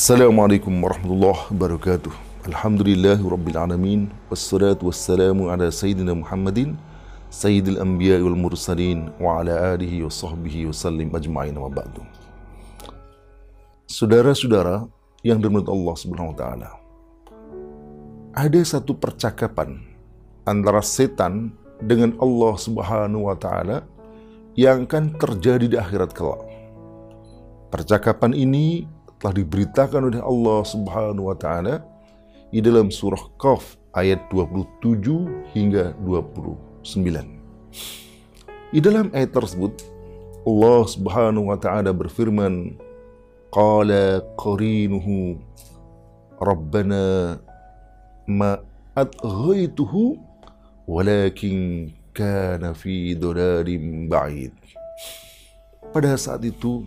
Assalamualaikum warahmatullahi wabarakatuh. Alhamdulillahi rabbil alamin. Wassalatu wassalamu ala sayyidina Muhammadin sayyidil anbiya wal mursalin wa ala alihi wa sahbihi wa sallim ajma'in wa ba'du. Saudara-saudara yang dirahmati Allah Subhanahu wa taala, ada satu percakapan antara setan dengan Allah Subhanahu wa taala yang akan terjadi di akhirat kelak. Percakapan ini telah diberitakan oleh Allah Subhanahu wa taala di dalam surah Qaf ayat 27 hingga 29. Di dalam ayat tersebut Allah Subhanahu wa taala berfirman, qala qarinuhu rabbana ma adghaytuhu walakin kana fi dhalalim ba'id. Pada saat itu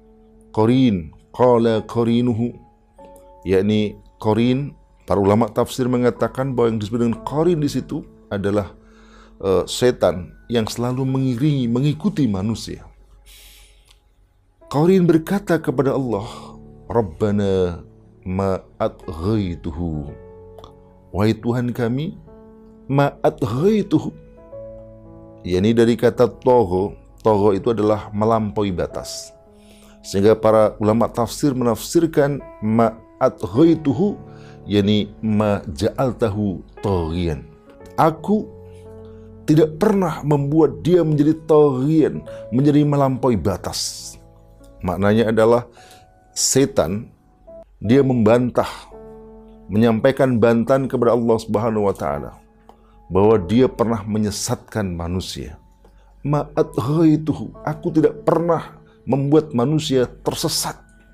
qala qarinuhu, yakni qarin, para ulama tafsir mengatakan bahwa yang disebut dengan qarin di situ adalah setan yang selalu mengiringi, mengikuti manusia. Qarin berkata kepada Allah, Rabbana ma adghaytuhu, wahai Tuhan kami, ma adghaytuhu, yakni dari kata togho itu adalah melampaui batas. Sehingga para ulama tafsir menafsirkan ma adghaytuhu, yakni ma ja'altahu taghiyan. Aku tidak pernah membuat dia menjadi taghiyan, menjadi melampaui batas. Maknanya adalah setan, dia membantah, menyampaikan bantahan kepada Allah Subhanahu wa taala bahwa dia pernah menyesatkan manusia. Ma adghaytuhu, aku tidak pernah membuat manusia tersesat.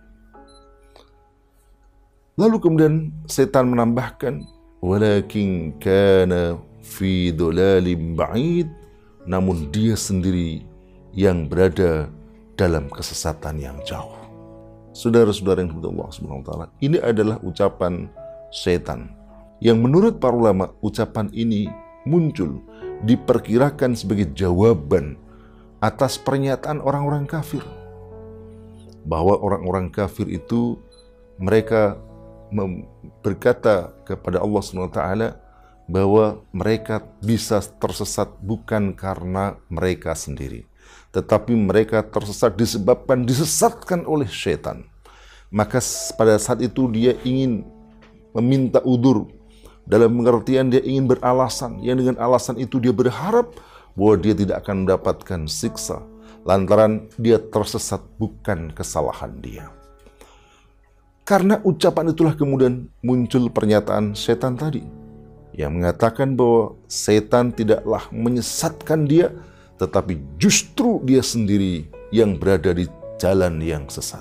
Lalu kemudian setan menambahkan, walakin kana fi dhalalim ba'id, namun dia sendiri yang berada dalam kesesatan yang jauh. Saudara-saudara yang dimuliakan Allah Subhanahu wa taala, ini adalah ucapan setan yang menurut para ulama ucapan ini muncul diperkirakan sebagai jawaban atas pernyataan orang-orang kafir, bahwa orang-orang kafir itu mereka berkata kepada Allah SWT bahwa mereka bisa tersesat bukan karena mereka sendiri, tetapi mereka tersesat disesatkan oleh syaitan. Maka pada saat itu dia ingin meminta udzur, dalam pengertian dia ingin beralasan, yang dengan alasan itu dia berharap bahwa dia tidak akan mendapatkan siksa lantaran dia tersesat bukan kesalahan dia. Karena ucapan itulah kemudian muncul pernyataan setan tadi yang mengatakan bahwa setan tidaklah menyesatkan dia, tetapi justru dia sendiri yang berada di jalan yang sesat.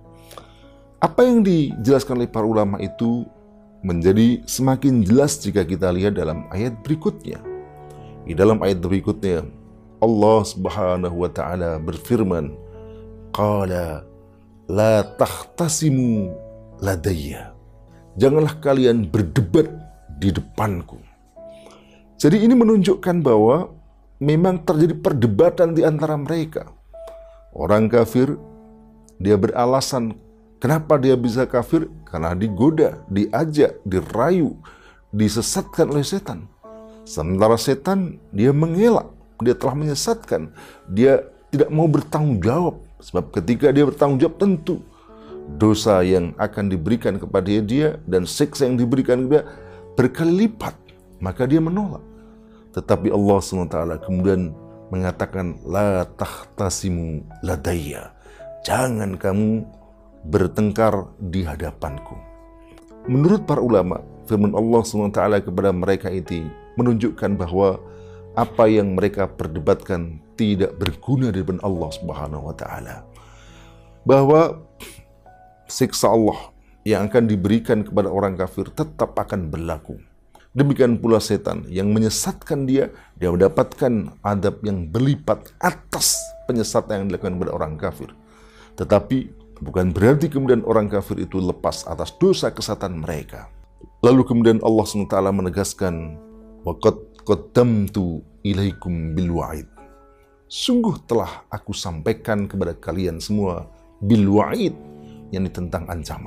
Apa yang dijelaskan oleh para ulama itu menjadi semakin jelas jika kita lihat dalam ayat berikutnya. Di dalam ayat berikutnya Allah Subhanahu wa taala berfirman, qala la takhtasimu ladayya, janganlah kalian berdebat di depanku. Jadi ini menunjukkan bahwa memang terjadi perdebatan di antara mereka. Orang kafir, dia beralasan kenapa dia bisa kafir, karena digoda, diajak, dirayu, disesatkan oleh setan. Sementara setan, dia mengelak, dia telah menyesatkan, dia tidak mau bertanggung jawab. Sebab ketika dia bertanggung jawab, tentu dosa yang akan diberikan kepada dia dan siksa yang diberikan kepada dia berkali lipat. Maka dia menolak. Tetapi Allah SWT kemudian mengatakan, la takhtasimu ladayya, jangan kamu bertengkar di hadapanku. Menurut para ulama, firman Allah SWT kepada mereka itu menunjukkan bahwa apa yang mereka perdebatkan tidak berguna di depan Allah Subhanahu wa taala. Bahwa siksa Allah yang akan diberikan kepada orang kafir tetap akan berlaku. Demikian pula setan yang menyesatkan dia mendapatkan adab yang berlipat atas penyesatan yang dilakukan kepada orang kafir. Tetapi bukan berarti kemudian orang kafir itu lepas atas dosa kesesatan mereka. Lalu kemudian Allah SWT menegaskan, waqad qaddamtu ilaikum bil wa'id, sungguh telah aku sampaikan kepada kalian semua bil wa'id, yakni tentang ancaman.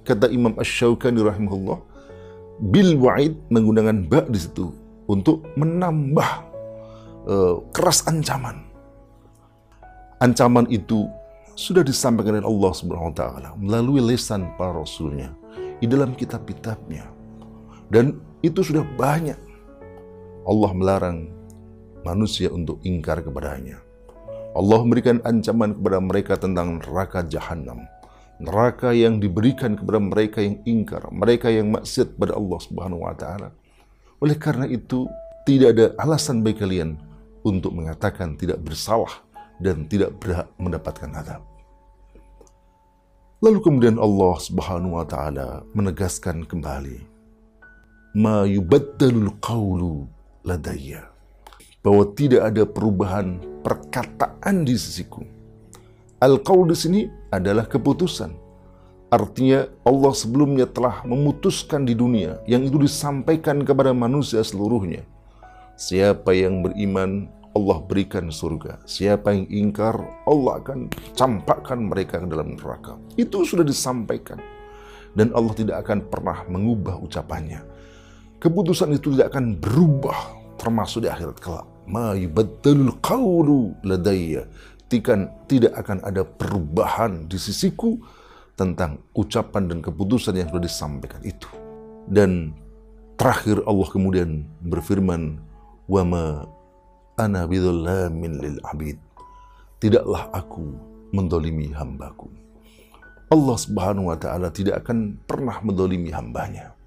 kata Imam Asy-Syaukani rahimahullah, bil wa'id menggunakan ba di situ untuk menambah keras ancaman. Ancaman itu sudah disampaikan oleh Allah Subhanahu wa taala melalui lisan para rasulnya di dalam kitab-kitabnya. Dan itu sudah banyak. Allah melarang manusia untuk ingkar kepadanya. Allah memberikan ancaman kepada mereka tentang neraka jahanam. Neraka yang diberikan kepada mereka yang ingkar, mereka yang maksiat pada Allah Subhanahu wa taala. Oleh karena itu, tidak ada alasan bagi kalian untuk mengatakan tidak bersalah dan tidak berhak mendapatkan azab. Lalu kemudian Allah Subhanahu wa taala menegaskan kembali, ma yubaddalul qawlu ladayya, bahwa tidak ada perubahan perkataan di sisiku. Al-qaul di sini adalah keputusan. Artinya Allah sebelumnya telah memutuskan di dunia yang itu disampaikan kepada manusia seluruhnya. Siapa yang beriman, Allah berikan surga. Siapa yang ingkar, Allah akan campakkan mereka ke dalam neraka. Itu sudah disampaikan. Dan Allah tidak akan pernah mengubah ucapannya. Keputusan itu tidak akan berubah, termasuk di akhirat kelak. Ma yubaddalul qawlu ladayya. Tidak akan ada perubahan di sisiku tentang ucapan dan keputusan yang sudah disampaikan itu. Dan terakhir Allah kemudian berfirman, wa ma ana bidzallamin lil abid. Tidaklah aku mendolimi hambaku. Allah Subhanahu wa taala tidak akan pernah mendolimi hambanya.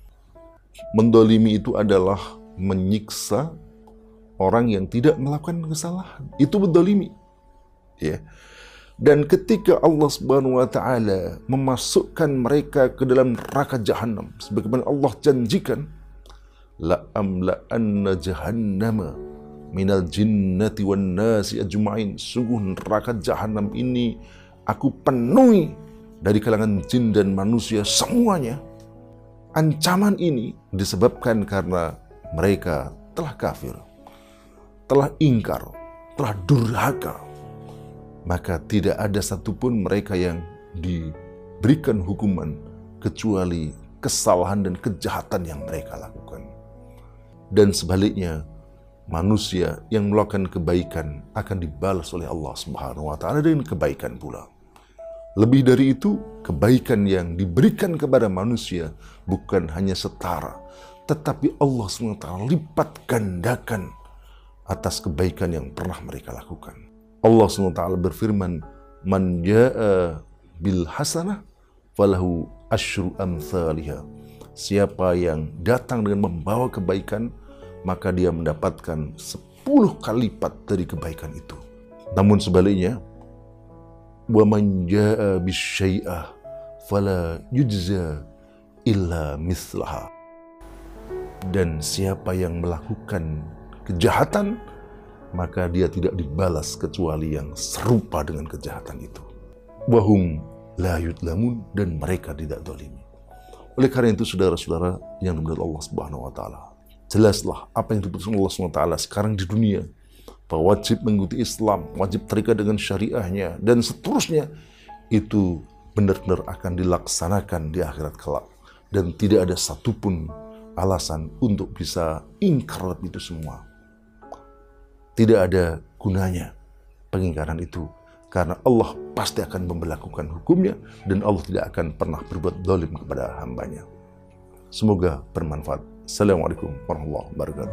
Mendolimi itu adalah menyiksa orang yang tidak melakukan kesalahan. Itu mendolimi. Ya. Dan ketika Allah Subhanahu wa taala memasukkan mereka ke dalam neraka jahanam, sebagaimana Allah janjikan, la amla'anna jahannama minal jinnati wan nasi ajma'in. Sungguh neraka jahanam ini aku penuhi dari kalangan jin dan manusia semuanya. Ancaman ini disebabkan karena mereka telah kafir, telah ingkar, telah durhaka. Maka tidak ada satupun mereka yang diberikan hukuman kecuali kesalahan dan kejahatan yang mereka lakukan. Dan sebaliknya, manusia yang melakukan kebaikan akan dibalas oleh Allah Subhanahu wa taala dengan kebaikan pula. Lebih dari itu, kebaikan yang diberikan kepada manusia bukan hanya setara, tetapi Allah Subhanahu wa taala lipat gandakan atas kebaikan yang pernah mereka lakukan. Allah Subhanahu wa taala berfirman, man jaa bil hasanah falahu asyru amsalihha. Siapa yang datang dengan membawa kebaikan, maka dia mendapatkan 10 kali lipat dari kebaikan itu. Namun sebaliknya, wa man jaa bisyai'ah fala yujza illa mislaha. Dan siapa yang melakukan kejahatan, maka dia tidak dibalas kecuali yang serupa dengan kejahatan itu. Wahum la yudlamun, dan mereka tidak zalimi. Oleh karena itu, saudara-saudara yang dimuliakan Allah Subhanahu wa taala, jelaslah apa yang diputuskan Allah Subhanahu wa taala sekarang di dunia, bahwa wajib mengikuti Islam, wajib terikat dengan syariahnya, dan seterusnya, itu benar-benar akan dilaksanakan di akhirat kelak. Dan tidak ada satupun alasan untuk bisa ingkar itu semua. Tidak ada gunanya pengingkaran itu, karena Allah pasti akan memberlakukan hukumnya, dan Allah tidak akan pernah berbuat zalim kepada hambanya. Semoga bermanfaat. Assalamualaikum warahmatullahi wabarakatuh.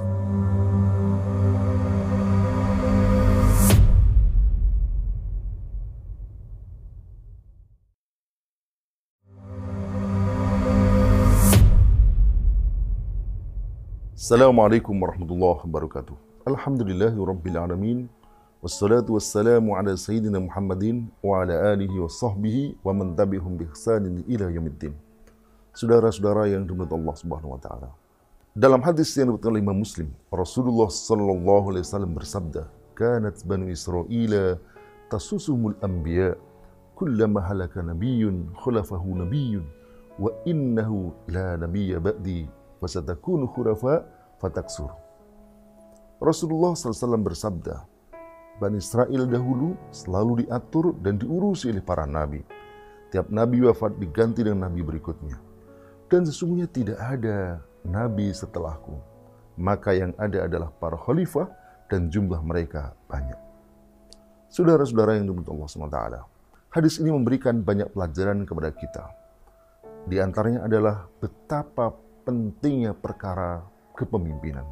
Assalamualaikum warahmatullahi wabarakatuh. Alhamdulillahirabbil alamin. Wassalatu wassalamu ala sayyidina Muhammadin wa ala alihi wa sahbihi wa man tabi'ahum bi ihsanin ila yaumiddin. Saudara-saudara yang dimuliakan Allah Subhanahu wa taala. Dalam hadis yang diriwayatkan oleh Imam Muslim, Rasulullah sallallahu alaihi wasallam bersabda, "Kanat banu Israila tasusuhumul anbiya, kullama halaka nabiyyun khulafahu nabiyyun, wa innahu la nabiyya ba'di, fasatakunu khurafa fataksur." Rasulullah SAW bersabda, Bani Israel dahulu selalu diatur dan diurusi oleh para nabi. Tiap nabi wafat diganti dengan nabi berikutnya. Dan sesungguhnya tidak ada nabi setelahku. Maka yang ada adalah para khalifah dan jumlah mereka banyak. Saudara-saudara yang dimuliakan Allah SWT, hadis ini memberikan banyak pelajaran kepada kita. Di antaranya adalah betapa pentingnya perkara kepemimpinan.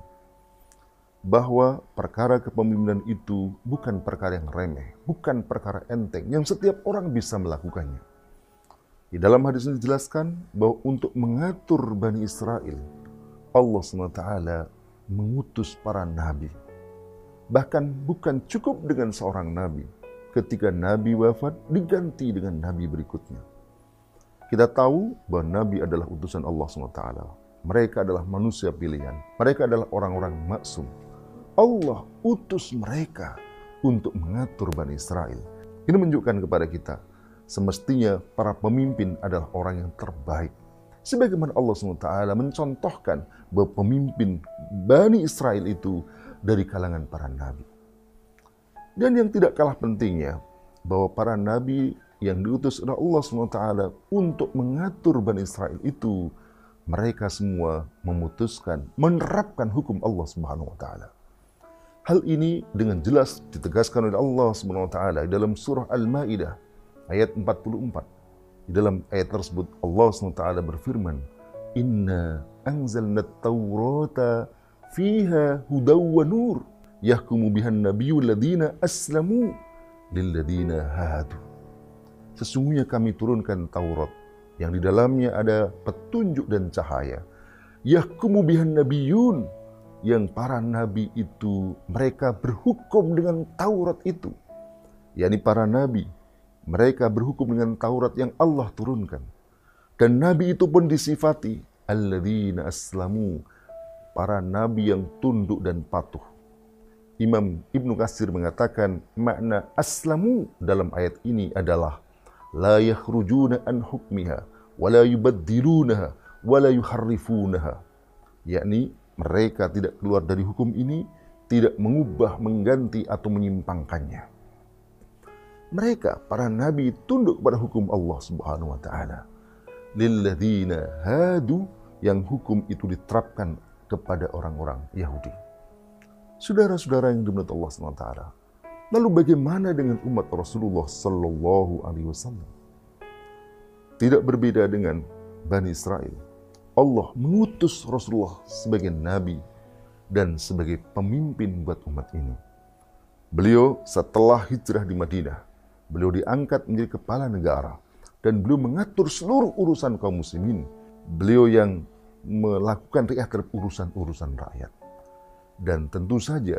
Bahwa perkara kepemimpinan itu bukan perkara yang remeh, bukan perkara enteng yang setiap orang bisa melakukannya. Di dalam hadis ini dijelaskan bahwa untuk mengatur Bani Israel, Allah SWT mengutus para nabi. Bahkan bukan cukup dengan seorang nabi. Ketika nabi wafat, diganti dengan nabi berikutnya. Kita tahu bahwa nabi adalah utusan Allah SWT. Mereka adalah manusia pilihan. Mereka adalah orang-orang maksum. Allah utus mereka untuk mengatur Bani Israel. Ini menunjukkan kepada kita, semestinya para pemimpin adalah orang yang terbaik. Sebagaimana Allah SWT mencontohkan bahwa pemimpin Bani Israel itu dari kalangan para nabi. Dan yang tidak kalah pentingnya, bahwa para nabi yang diutus oleh Allah SWT untuk mengatur Bani Israel itu, mereka semua memutuskan, menerapkan hukum Allah SWT. Hal ini dengan jelas ditegaskan oleh Allah SWT dalam surah Al-Maidah ayat 44. Di dalam ayat tersebut Allah SWT berfirman, Inna anzalna at-taurata fiha hudaw wa nur yahkumu bihan nabiyul ladina aslamu lilladina hadu. Sesungguhnya kami turunkan Taurat yang di dalamnya ada petunjuk dan cahaya. Yahkumu bihan nabiyun, yang para nabi itu mereka berhukum dengan Taurat itu. yakni para nabi, mereka berhukum dengan Taurat yang Allah turunkan. Dan nabi itu pun disifati alladzina aslamu, para nabi yang tunduk dan patuh. Imam Ibnu Katsir mengatakan makna aslamu dalam ayat ini adalah la yakhrujuna an hukmiha wa la yubaddilunaha wa la yuharrifunaha, yakni mereka tidak keluar dari hukum ini, tidak mengubah, mengganti atau menyimpangkannya. Mereka para nabi tunduk pada hukum Allah Subhanahu wa taala. Lilladzina hadu, yang hukum itu diterapkan kepada orang-orang Yahudi. Saudara-saudara yang dimuliakan Allah SWT, lalu bagaimana dengan umat Rasulullah Sallallahu Alaihi Wasallam? Tidak berbeda dengan Bani Israel. Allah mengutus Rasulullah sebagai nabi dan sebagai pemimpin buat umat ini. Beliau setelah hijrah di Madinah, beliau diangkat menjadi kepala negara dan beliau mengatur seluruh urusan kaum muslimin. Beliau yang melakukan riayah terhadap urusan-urusan rakyat. Dan tentu saja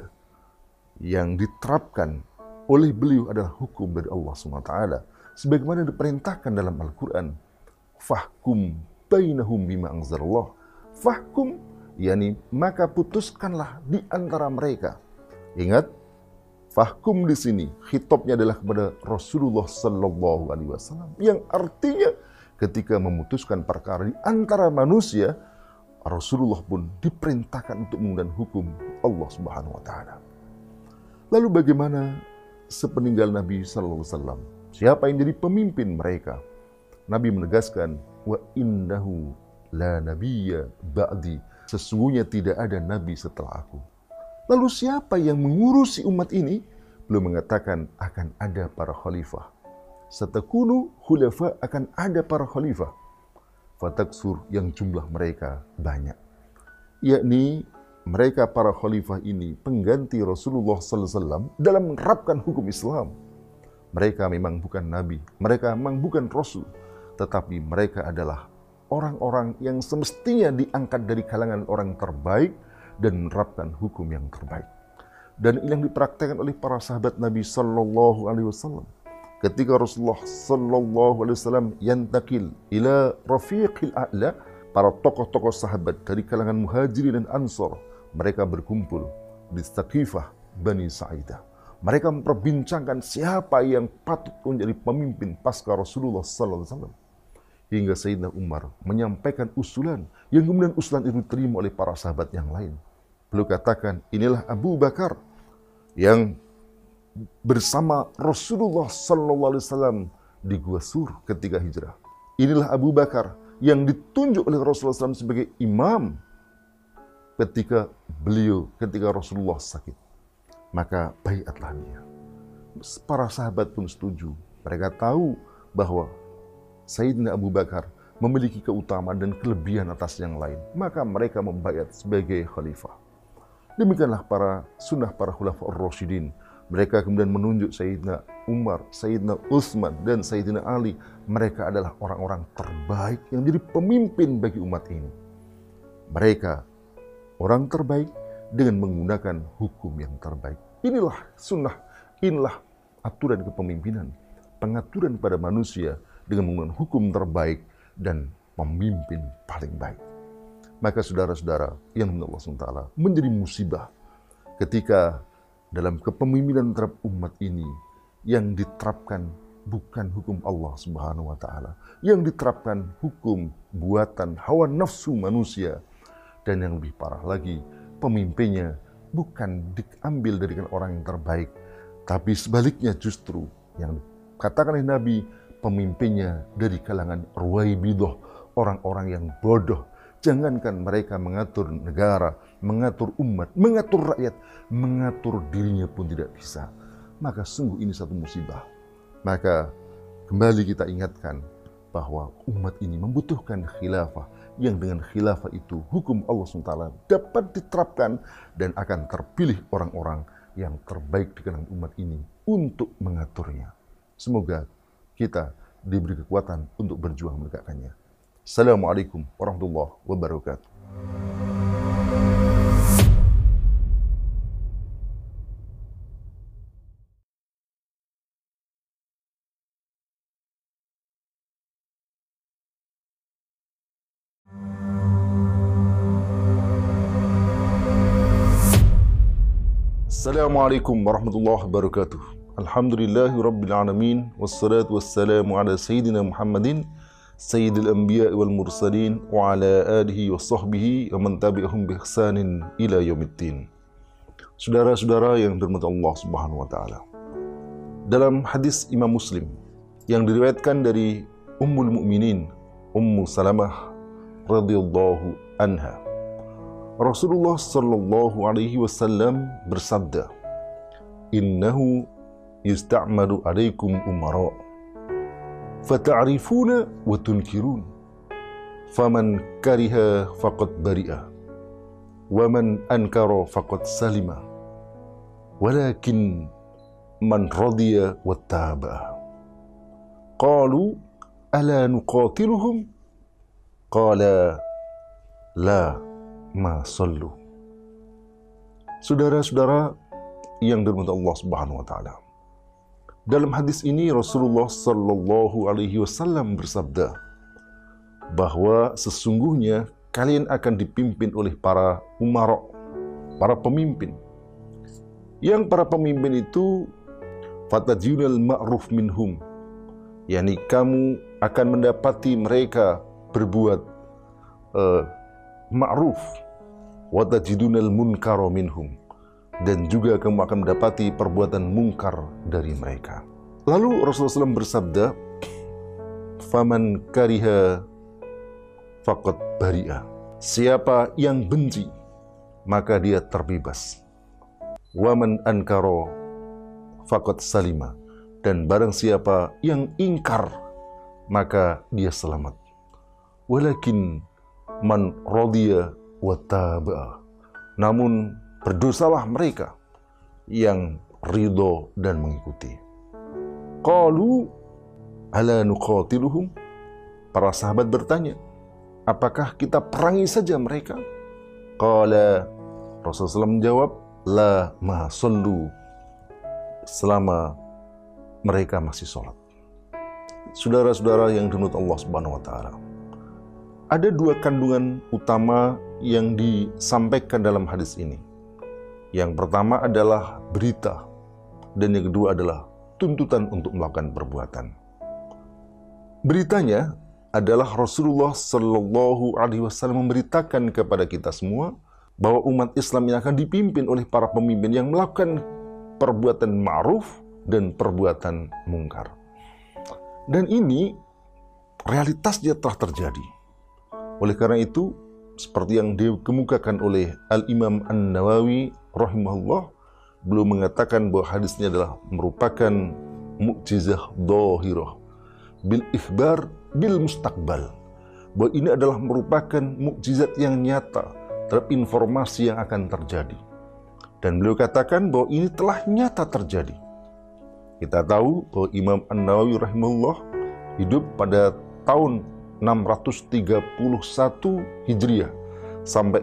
yang diterapkan oleh beliau adalah hukum dari Allah SWT. Sebagaimana diperintahkan dalam Al-Quran. Fahkum bainahum bima anzalallah. Fahkum, yakni maka putuskanlah di antara mereka. Ingat, fahkum di sini khitabnya adalah kepada Rasulullah Sallallahu Alaihi Wasallam, yang artinya ketika memutuskan perkara di antara manusia, Rasulullah pun diperintahkan untuk mengundang hukum Allah Subhanahu wa taala. Lalu bagaimana sepeninggal Nabi sallallahu alaihi wasallam? Siapa yang jadi pemimpin mereka? Nabi menegaskan, wa innahu la nabiyya ba'di. Sesungguhnya tidak ada nabi setelah aku. Lalu siapa yang mengurusi umat ini? Beliau mengatakan akan ada para khalifah. Satakunu khulafa, akan ada para khalifah. Fataksur, yang jumlah mereka banyak. Yakni mereka para khalifah ini pengganti Rasulullah SAW dalam menerapkan hukum Islam. Mereka memang bukan nabi, mereka memang bukan rasul, tetapi mereka adalah orang-orang yang semestinya diangkat dari kalangan orang terbaik dan menerapkan hukum yang terbaik. Dan ini yang dipraktikkan oleh para sahabat Nabi Sallallahu Alaihi Wasallam. Ketika Rasulullah Sallallahu Alaihi Wasallam yantakil ila rafiqil a'la, para tokoh-tokoh sahabat dari kalangan muhajirin dan ansor, mereka berkumpul di Thaqifah Bani Sa'idah. Mereka memperbincangkan siapa yang patut menjadi pemimpin pasca Rasulullah Sallallahu Alaihi Wasallam. Hingga Sayyidina Umar menyampaikan usulan, yang kemudian usulan itu diterima oleh para sahabat yang lain. Beliau katakan, inilah Abu Bakar yang bersama Rasulullah Sallallahu Alaihi Wasallam di Gua Sur ketika hijrah. Inilah Abu Bakar yang ditunjuk oleh Rasulullah SAW sebagai imam ketika Rasulullah sakit. Maka baiatlah dia. Para sahabat pun setuju. Mereka tahu bahwa Sayyidina Abu Bakar memiliki keutamaan dan kelebihan atas yang lain. Maka mereka membaiat sebagai khalifah. Demikianlah sunnah para khulafaur rasyidin. Mereka kemudian menunjuk Sayyidina Umar, Sayyidina Utsman, dan Sayyidina Ali. Mereka adalah orang-orang terbaik yang menjadi pemimpin bagi umat ini. Mereka orang terbaik dengan menggunakan hukum yang terbaik. Inilah sunnah, inilah aturan kepemimpinan. Pengaturan pada manusia dengan menggunakan hukum terbaik dan pemimpin paling baik. Maka saudara-saudara yang Allah SWT menjadi musibah ketika dalam kepemimpinan terhadap umat ini yang diterapkan bukan hukum Allah Subhanahu wa taala, yang diterapkan hukum buatan hawa nafsu manusia, dan yang lebih parah lagi, pemimpinnya bukan diambil dari orang yang terbaik, tapi sebaliknya justru yang dikatakan oleh Nabi, pemimpinnya dari kalangan ruwaibidah, orang-orang yang bodoh. Jangankan mereka mengatur negara, mengatur umat, mengatur rakyat, mengatur dirinya pun tidak bisa. Maka sungguh ini satu musibah. Maka kembali kita ingatkan bahwa umat ini membutuhkan khilafah, yang dengan khilafah itu hukum Allah SWT dapat diterapkan dan akan terpilih orang-orang yang terbaik di kalangan umat ini untuk mengaturnya. Semoga kita diberi kekuatan untuk berjuang menegakkannya. Assalamualaikum warahmatullahi wabarakatuh. Assalamualaikum warahmatullahi wabarakatuh. Alhamdulillahi rabbil alamin, wassalatu wassalamu ala sayyidina Muhammadin Sayyidil Anbiya wal Mursalin wa ala alihi wa sahbihi wa man tabi'ahum bi ihsanin ila yaumiddin. Saudara-saudara yang dirahmati Allah Subhanahu wa taala. Dalam hadis Imam Muslim yang diriwayatkan dari Ummul Mukminin Ummu Salamah radhiyallahu anha, Rasulullah sallallahu alaihi wasallam bersabda, "Innahu yusta'malu alaikum umara fata'rifuna wa tunkirun, faman kariha faqad bari'a, wa man ankara faqad salima, walakin man radiya wa taba'a." Qalu ala nuqatiluhum? Qala la ma sallu. Saudara-saudara yang dirahmati Allah Subhanahu wa taala. Dalam hadis ini Rasulullah sallallahu alaihi wasallam bersabda bahwa sesungguhnya kalian akan dipimpin oleh para umara, para pemimpin. Yang para pemimpin itu fatajunal ma'ruf minhum, yakni kamu akan mendapati mereka berbuat ma'ruf, wa tajidunal munkara minhum, dan juga kamu akan mendapati perbuatan mungkar dari mereka. Lalu Rasulullah SAW bersabda, "Faman kariha faqad bari'a." Siapa yang benci, maka dia terbebas. "Wa man ankara faqad salima." Dan barang siapa yang ingkar, maka dia selamat. "Walakin man radiya wa taba'a." Namun berdosalah mereka yang ridho dan mengikuti. Qalu ala nuqatiluhum? Para sahabat bertanya, apakah kita perangi saja mereka? Qala, Rasulullah SAW menjawab, la ma sallu, selama mereka masih sholat. Saudara-saudara yang dirahmati Allah Subhanahu wa taala, ada dua kandungan utama yang disampaikan dalam hadis ini. Yang pertama adalah berita, dan yang kedua adalah tuntutan untuk melakukan perbuatan. Beritanya adalah Rasulullah Sallallahu Alaihi Wasallam memberitakan kepada kita semua bahwa umat Islam yang akan dipimpin oleh para pemimpin yang melakukan perbuatan ma'ruf dan perbuatan mungkar. Dan ini realitasnya telah terjadi. Oleh karena itu, seperti yang dikemukakan oleh Al-Imam An-Nawawi rahimahullah, beliau mengatakan bahwa hadis ini adalah merupakan mukjizah dhahirah bil ikhbar bil mustaqbal, bahwa ini adalah merupakan mukjizat yang nyata terhadap informasi yang akan terjadi. Dan beliau katakan bahwa ini telah nyata terjadi. Kita tahu bahwa Imam An-Nawawi rahimahullah hidup pada tahun 631 Hijriah sampai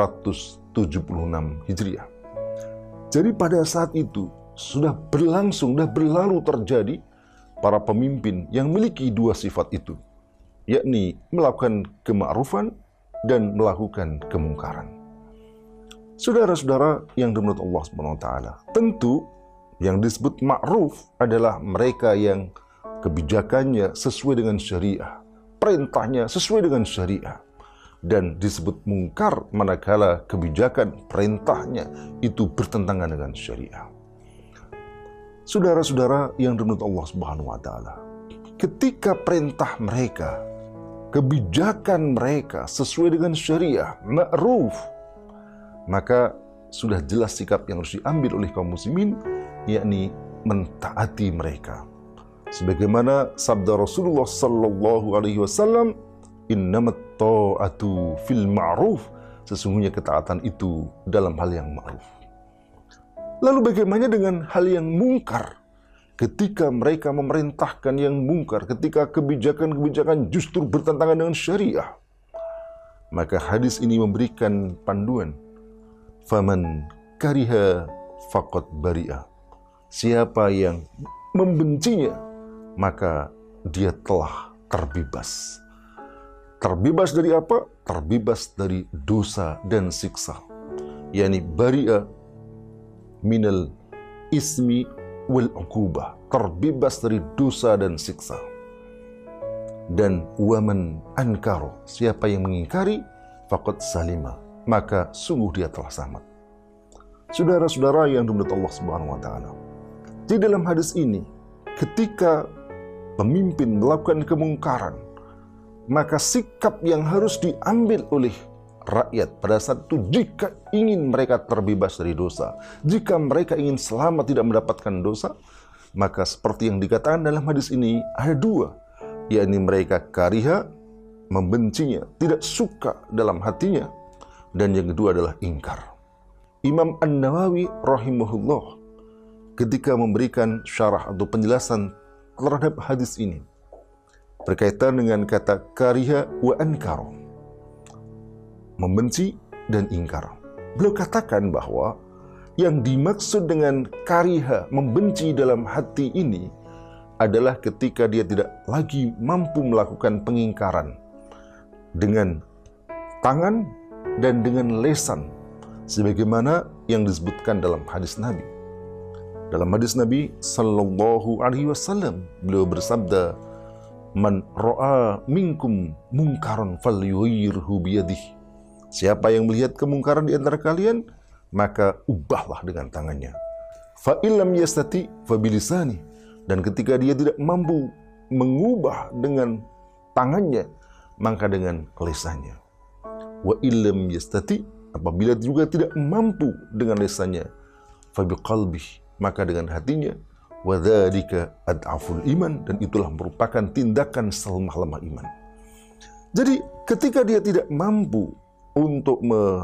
676 Hijriah. Jadi pada saat itu sudah berlangsung, sudah berlalu terjadi para pemimpin yang memiliki dua sifat itu, yakni melakukan kema'rufan dan melakukan kemungkaran. Saudara-saudara yang dirahmati Allah Subhanahu wa taala, tentu yang disebut ma'ruf adalah mereka yang kebijakannya sesuai dengan syariah, perintahnya sesuai dengan syariah, dan disebut mungkar manakala kebijakan perintahnya itu bertentangan dengan syariah. Saudara-saudara yang dirahmati Allah Subhanahu wa taala, ketika perintah mereka, kebijakan mereka sesuai dengan syariah, ma'ruf, maka sudah jelas sikap yang harus diambil oleh kaum muslimin, yakni mentaati mereka. Sebagaimana sabda Rasulullah sallallahu alaihi wasallam, innamat ta'atu fil ma'ruf, sesungguhnya ketaatan itu dalam hal yang ma'ruf. Lalu bagaimana dengan hal yang mungkar? Ketika mereka memerintahkan yang mungkar, ketika kebijakan-kebijakan justru bertentangan dengan syariah, maka hadis ini memberikan panduan. Faman kariha faqad bari'a. Siapa yang membencinya, maka dia telah terbebas. Terbebas dari apa? Terbebas dari dosa dan siksa. Yani bari'a minal ismi wal uqubah. Terbebas dari dosa dan siksa. Dan waman ankaro, siapa yang mengingkari, faqad salima, maka sungguh dia telah selamat. Saudara-saudara yang dirahmati Allah Subhanahu wa taala, di dalam hadis ini, ketika pemimpin melakukan kemungkaran, maka sikap yang harus diambil oleh rakyat pada saat itu, jika ingin mereka terbebas dari dosa, jika mereka ingin selamat tidak mendapatkan dosa, maka seperti yang dikatakan dalam hadis ini, ada dua, yakni mereka kariha, membencinya, tidak suka dalam hatinya, dan yang kedua adalah ingkar. Imam An-Nawawi rahimahullah ketika memberikan syarah atau penjelasan terhadap hadis ini berkaitan dengan kata kariha wa ankara, membenci dan ingkar, beliau katakan bahwa yang dimaksud dengan kariha, membenci dalam hati ini adalah ketika dia tidak lagi mampu melakukan pengingkaran dengan tangan dan dengan lesan, sebagaimana yang disebutkan dalam hadis Nabi. Dalam hadis Nabi sallallahu alaihi wasallam, beliau bersabda, "Man ra'a minkum mungkaran falyughayyirhu biyadihi." Siapa yang melihat kemungkaran di antara kalian, maka ubahlah dengan tangannya. Fa illam yastati fa bilisani, dan ketika dia tidak mampu mengubah dengan tangannya, maka dengan lisannya. Wa illam yastati, apabila juga tidak mampu dengan lisannya, fa biqalbihi, maka dengan hatinya. Wa dzalika ad'aful iman, dan itulah merupakan tindakan selemah-lemah iman. Jadi ketika dia tidak mampu untuk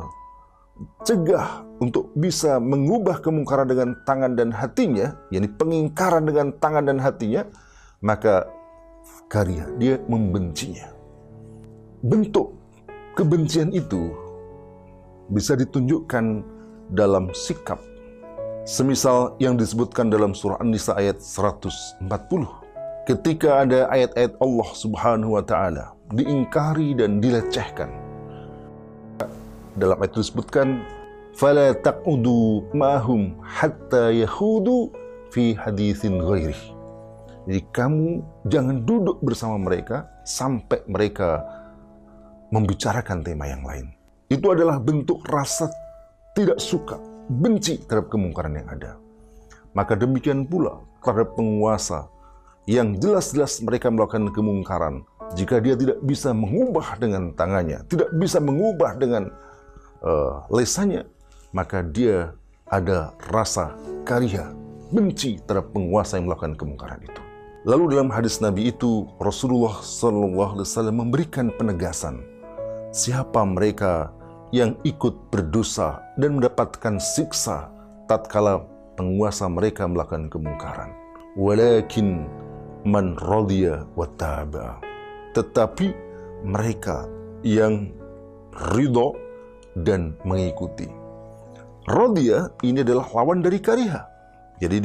mencegah, untuk bisa mengubah kemungkaran dengan tangan dan hatinya, yakni pengingkaran dengan tangan dan hatinya, maka karya dia membencinya. Bentuk kebencian itu bisa ditunjukkan dalam sikap, semisal yang disebutkan dalam surah An-Nisa ayat 140. Ketika ada ayat-ayat Allah Subhanahu wa taala diingkari dan dilecehkan. Dalam ayat itu disebutkan, "Fala taqudu ma'hum hatta yahudu fi haditsin ghairi." Jadi kamu jangan duduk bersama mereka sampai mereka membicarakan tema yang lain. Itu adalah bentuk rasa tidak suka, benci terhadap kemungkaran yang ada. Maka demikian pula terhadap penguasa yang jelas-jelas mereka melakukan kemungkaran, jika dia tidak bisa mengubah dengan tangannya, tidak bisa mengubah dengan lesannya, maka dia ada rasa kariha, benci terhadap penguasa yang melakukan kemungkaran itu. Lalu dalam hadis Nabi itu, Rasulullah SAW memberikan penegasan, siapa mereka yang ikut berdosa dan mendapatkan siksa tatkala penguasa mereka melakukan kemungkaran. Walakin man radiya wa taba. Tetapi mereka yang ridho dan mengikuti. Radiya ini adalah lawan dari kariha. Jadi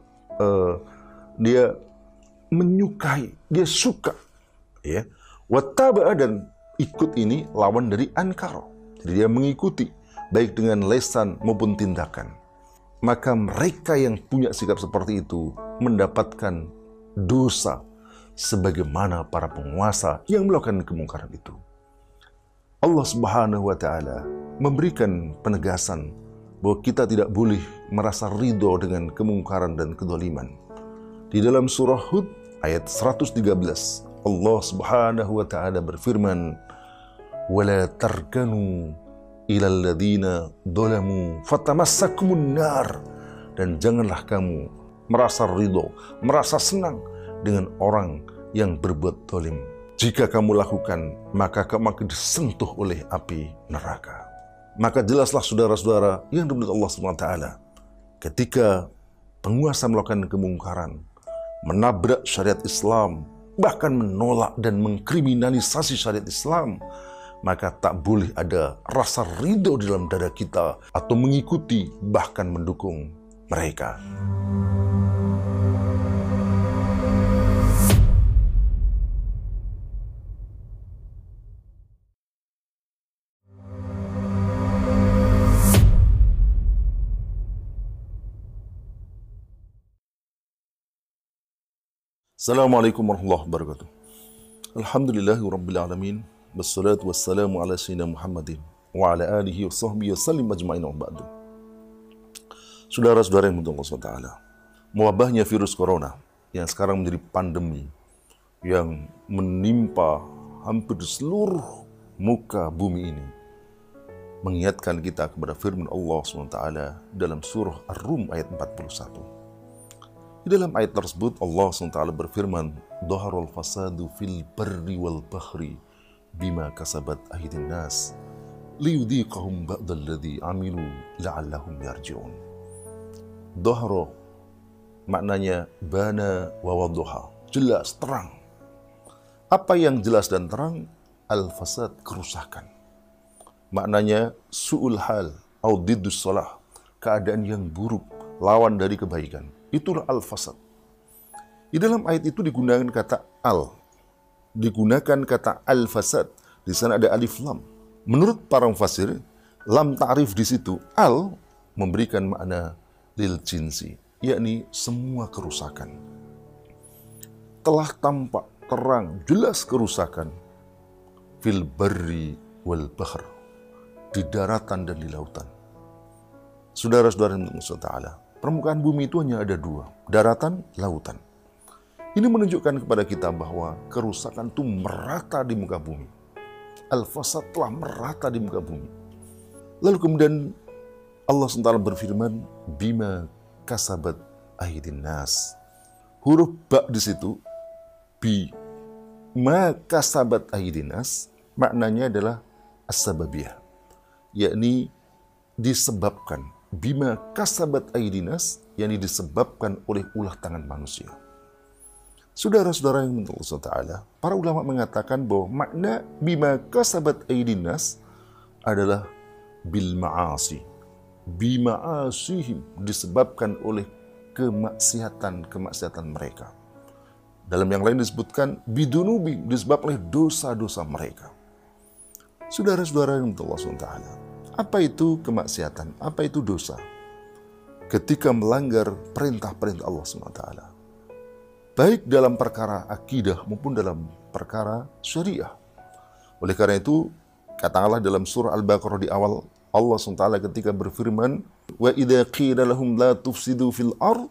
dia menyukai, dia suka, ya. Wa taba, dan ikut ini lawan dari ankara. Jadi dia mengikuti baik dengan lesan maupun tindakan. Maka mereka yang punya sikap seperti itu mendapatkan dosa sebagaimana para penguasa yang melakukan kemungkaran itu. Allah Subhanahu wa taala memberikan penegasan bahwa kita tidak boleh merasa ridho dengan kemungkaran dan kedzaliman. Di dalam surah Hud ayat 113, Allah Subhanahu wa taala berfirman, "Wala tarkanu ilal ladzina dzalamu fatamassakumun nar." Dan janganlah kamu merasa ridho, merasa senang dengan orang yang berbuat zalim. Jika kamu lakukan, maka kamu akan disentuh oleh api neraka. Maka jelaslah saudara-saudara yang dimuliakan Allah SWT, ketika penguasa melakukan kemungkaran, menabrak syariat Islam, bahkan menolak dan mengkriminalisasi syariat Islam, maka tak boleh ada rasa ridho di dalam dada kita atau mengikuti, bahkan mendukung mereka. Assalamualaikum warahmatullahi wabarakatuh. Alhamdulillahi rabbil alamin. Wassalatu wassalamu ala sayyidina Muhammadin wa ala alihi wa sahbihi wa sallim ajma'in wa ba'du. Saudara-saudara yang dimuliakan Allah SWT, mewabahnya virus corona yang sekarang menjadi pandemi yang menimpa hampir di seluruh muka bumi ini mengingatkan kita kepada firman Allah SWT dalam surah Ar-Rum ayat 41. Di dalam ayat tersebut Allah SWT berfirman, "Dhaharul fasadu fil barri wal bahri bima kasabat aydin nas liyudhiqahum ba'dalladzi amilu la'allahum yarji'un." Dhahara maknanya bana wa wadduha, jelas, terang. Apa yang jelas dan terang? Al-fasad, kerusakan. Maknanya su'ul hal au diddus salah, keadaan yang buruk, lawan dari kebaikan. Itulah al-fasad. Di dalam ayat itu digunakan kata al, digunakan kata al-fasad. Di sana ada alif lam. Menurut para mufassir, lam ta'rif di situ al memberikan makna lil jinsi, yakni semua kerusakan. Telah tampak terang jelas kerusakan fil barri wal bahr, di daratan dan di lautan. Saudara-saudara yang Allah Ta'ala, permukaan bumi itu hanya ada dua, daratan, lautan. Ini menunjukkan kepada kita bahwa kerusakan itu merata di muka bumi. Al-fasad telah merata di muka bumi. Lalu kemudian Allah SWT berfirman, bima kasabat aydin nas. Huruf ba di situ, bima kasabat aydin nas, maknanya adalah as-sababiyah, yakni disebabkan. Bima kasabat aydinas, yang disebabkan oleh ulah tangan manusia. Saudara-saudara yang Allah SWT, para ulama mengatakan bahwa makna bima kasabat aydinas adalah bil ma'asi. Bima'asihim, disebabkan oleh kemaksiatan mereka. Dalam yang lain disebutkan bidunubi, disebabkan oleh dosa-dosa mereka. Saudara-saudara yang Allah SWT, apa itu kemaksiatan? Apa itu dosa? Ketika melanggar perintah-perintah Allah SWT, baik dalam perkara akidah maupun dalam perkara syariah. Oleh karena itu, kata Allah dalam surah Al-Baqarah di awal, Allah SWT ketika berfirman, wa idza qila lahum la tufsidu fil ard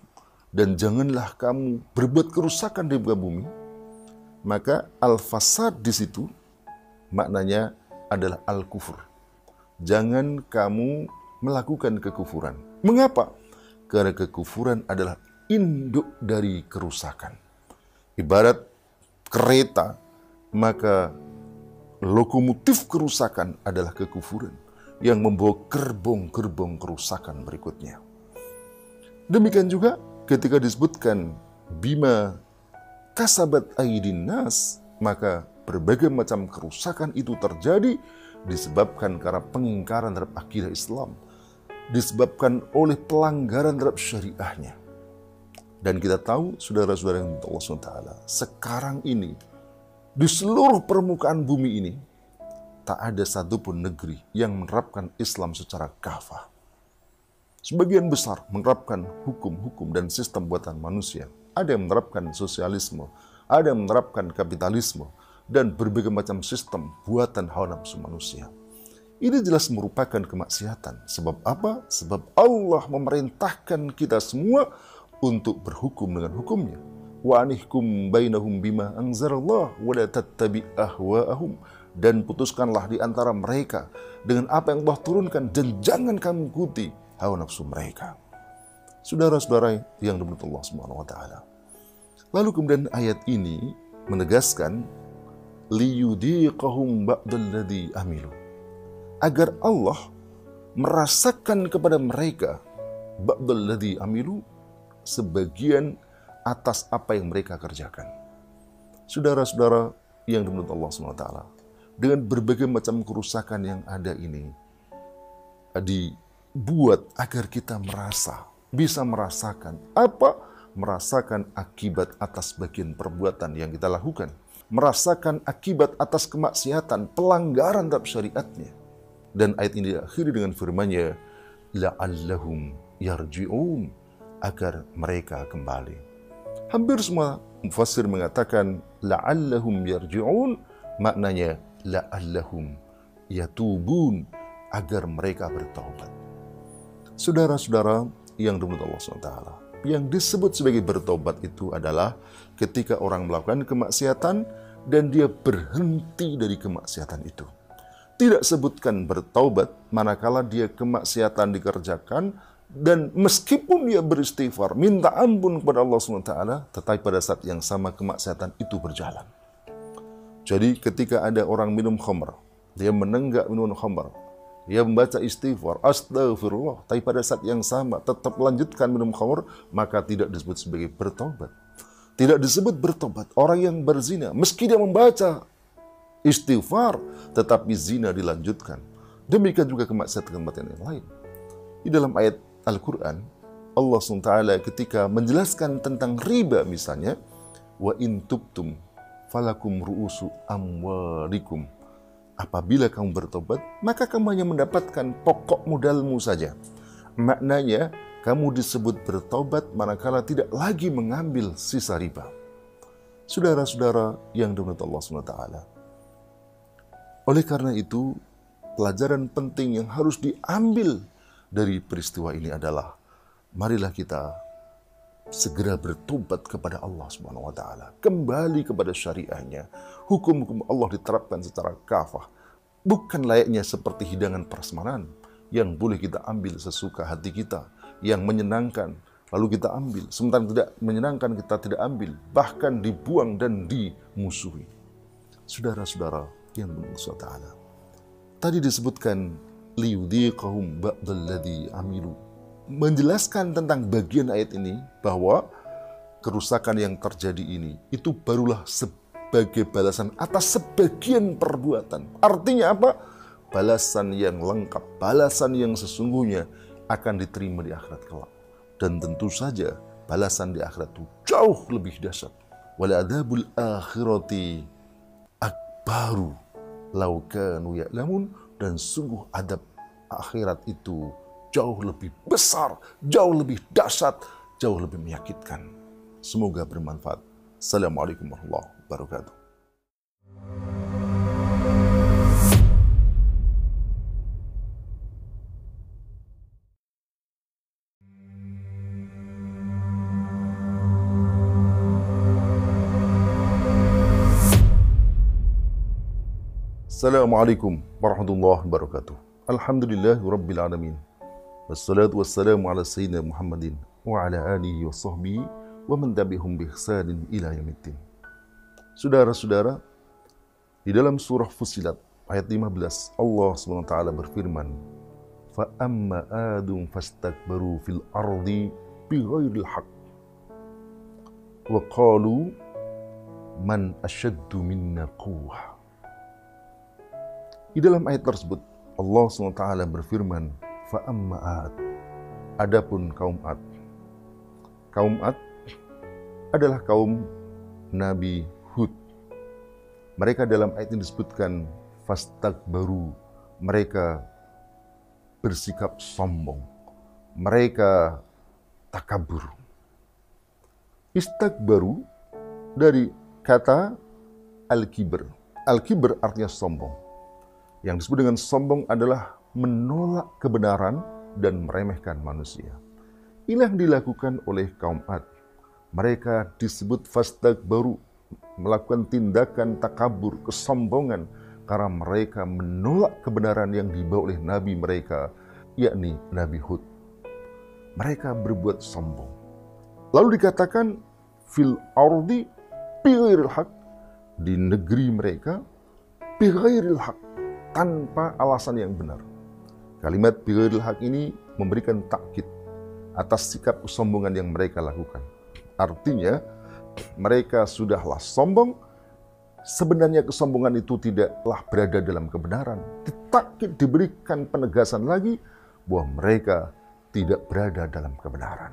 dan janganlah kamu berbuat kerusakan di muka bumi. Maka al-fasad di situ maknanya adalah al-kufur. Jangan kamu melakukan kekufuran. Mengapa? Karena kekufuran adalah induk dari kerusakan. Ibarat kereta, maka lokomotif kerusakan adalah kekufuran yang membawa gerbong-gerbong kerusakan berikutnya. Demikian juga ketika disebutkan bima kasabat aydin nas, maka berbagai macam kerusakan itu terjadi disebabkan karena pengingkaran terhadap akidah Islam, disebabkan oleh pelanggaran terhadap syariahnya. Dan kita tahu, saudara-saudara yang Allah SWT, sekarang ini di seluruh permukaan bumi ini tak ada satupun negeri yang menerapkan Islam secara kafah. Sebagian besar menerapkan hukum-hukum dan sistem buatan manusia. Ada yang menerapkan sosialisme, ada yang menerapkan kapitalisme, dan berbagai macam sistem buatan hawa nafsu manusia. Ini jelas merupakan kemaksiatan. Sebab apa? Sebab Allah memerintahkan kita semua untuk berhukum dengan hukumnya. Wa anihkum bainahum bima anzarallah wa la tattabi ahwa'ahum. Dan putuskanlah di antara mereka dengan apa yang Allah turunkan, dan jangan kamu ikuti hawa nafsu mereka. Saudara-saudara yang dimuliakan Allah Subhanahu wa taala. Lalu kemudian ayat ini menegaskan liyudiqahum ba'dalladzi amilu, agar Allah merasakan kepada mereka ba'dalladzi amilu, sebagian atas apa yang mereka kerjakan. Saudara-saudara yang dimuliakan Allah Subhanahu wa taala, dengan berbagai macam kerusakan yang ada ini dibuat agar kita bisa merasakan apa? Merasakan akibat atas bagian perbuatan yang kita lakukan, merasakan akibat atas kemaksiatan, pelanggaran terhadap syariatnya. Dan ayat ini diakhiri dengan firman-Nya, la'allahum yarji'un, agar mereka kembali. Hampir semua mufassir mengatakan la'allahum yarji'un, maknanya la'allahum yatubun, agar mereka bertaubat. Saudara-saudara yang dimuliakan Allah SWT, yang disebut sebagai bertobat itu adalah ketika orang melakukan kemaksiatan dan dia berhenti dari kemaksiatan itu. Tidak sebutkan bertaubat manakala dia kemaksiatan dikerjakan, dan meskipun dia beristighfar, minta ampun kepada Allah SWT, tetapi pada saat yang sama kemaksiatan itu berjalan. Jadi ketika ada orang minum khamr, dia menenggak minum khamr, dia membaca istighfar, astagfirullah, tapi pada saat yang sama tetap melanjutkan minum khamr, maka tidak disebut sebagai bertobat. Tidak disebut bertobat orang yang berzina, meski dia membaca istighfar, tetapi zina dilanjutkan. Demikian juga kemaksiatan-kemaksiatan yang lain. Di dalam ayat Al-Quran, Allah SWT ketika menjelaskan tentang riba misalnya, wa in tubtum falakum ru'usu amwalikum, apabila kamu bertobat, maka kamu hanya mendapatkan pokok modalmu saja. Maknanya, kamu disebut bertobat manakala tidak lagi mengambil sisa riba. Saudara-saudara yang dimuliakan Allah SWT, oleh karena itu, pelajaran penting yang harus diambil dari peristiwa ini adalah, marilah kita segera bertobat kepada Allah Subhanahu wa taala, kembali kepada syariahnya. Hukum-hukum Allah diterapkan secara kafah, bukan layaknya seperti hidangan prasmanan yang boleh kita ambil sesuka hati kita, yang menyenangkan lalu kita ambil, sementara tidak menyenangkan kita tidak ambil, bahkan dibuang dan dimusuhi. Saudara-saudara yang dimuliakan Allah taala, tadi disebutkan liyudhiqahum ba'dalladzi amilu, menjelaskan tentang bagian ayat ini bahwa kerusakan yang terjadi ini itu barulah sebagai balasan atas sebagian perbuatan. Artinya apa? Balasan yang lengkap, balasan yang sesungguhnya akan diterima di akhirat kelak. Dan tentu saja balasan di akhirat itu jauh lebih dahsyat. Wal adzabul akhirati akbaru law kanu ya'lamun, dan sungguh adab akhirat itu jauh lebih besar, jauh lebih dahsyat, jauh lebih menyakitkan. Semoga bermanfaat. Assalamualaikum warahmatullahi wabarakatuh. Assalamualaikum warahmatullahi wabarakatuh. Alhamdulillahirabbil alamin. Wassalatu wassalamu ala sayyidina Muhammadin wa ala alihi wa sahbihi wa man tabi'ahum bi ihsanin ila yaumiddin. Saudara-saudara, di dalam surah Fussilat ayat 15 Allah SWT berfirman, fa amma adum fastakbaru fil ardi bighairil haqq wa qalu man asyaddu minna quwwah. Di dalam ayat tersebut Allah SWT berfirman, fa amma ad, adapun kaum Ad. Kaum Ad adalah kaum Nabi Hud. Mereka dalam ayat ini disebutkan fastakbaru, mereka bersikap sombong, mereka takabur. Istakbaru dari kata al-kibr. Al-kibr artinya sombong. Yang disebut dengan sombong adalah menolak kebenaran dan meremehkan manusia. Inilah yang dilakukan oleh kaum Ad. Mereka disebut fastakbaru, melakukan tindakan takabur, kesombongan, karena mereka menolak kebenaran yang dibawa oleh Nabi mereka, yakni Nabi Hud. Mereka berbuat sombong. Lalu dikatakan fil ardi bighairil haq, di negeri mereka bighairil haq, tanpa alasan yang benar. Kalimat bighairil haq ini memberikan takkid atas sikap kesombongan yang mereka lakukan. Artinya, mereka sudahlah sombong, sebenarnya kesombongan itu tidaklah berada dalam kebenaran. Takkid diberikan penegasan lagi bahwa mereka tidak berada dalam kebenaran.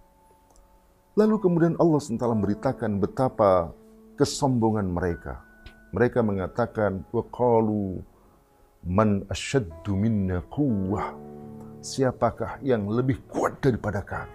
Lalu kemudian Allah SWT memberitakan betapa kesombongan mereka. Mereka mengatakan, wa qalu man asyaddu minna quwwah, siapakah yang lebih kuat daripada kami?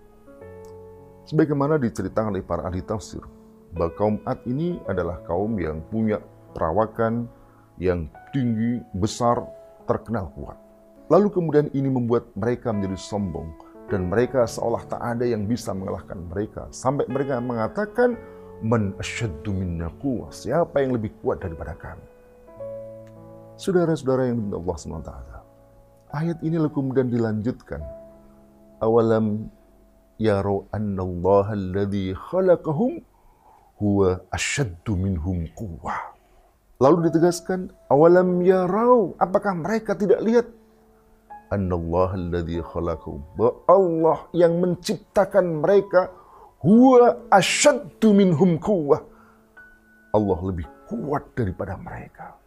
Sebagaimana diceritakan oleh para ahli tafsir, bahwa kaum Ad ini adalah kaum yang punya perawakan yang tinggi, besar, terkenal kuat. Lalu kemudian ini membuat mereka menjadi sombong, dan mereka seolah tak ada yang bisa mengalahkan mereka, sampai mereka mengatakan man asyaddu minna quwwah, siapa yang lebih kuat daripada kami? Saudara-saudara yang dimuliakan Allah SWT, ayat ini lalu kemudian dilanjutkan, awalam yaro annallaha alladhi khalaqahum huwa asyaddu minhum quwwah. Lalu ditegaskan, awalam yarau, apakah mereka tidak lihat, annallaha alladhi khalaqahum, bahwa Allah yang menciptakan mereka, huwa asyaddu minhum quwwah, Allah lebih kuat daripada mereka.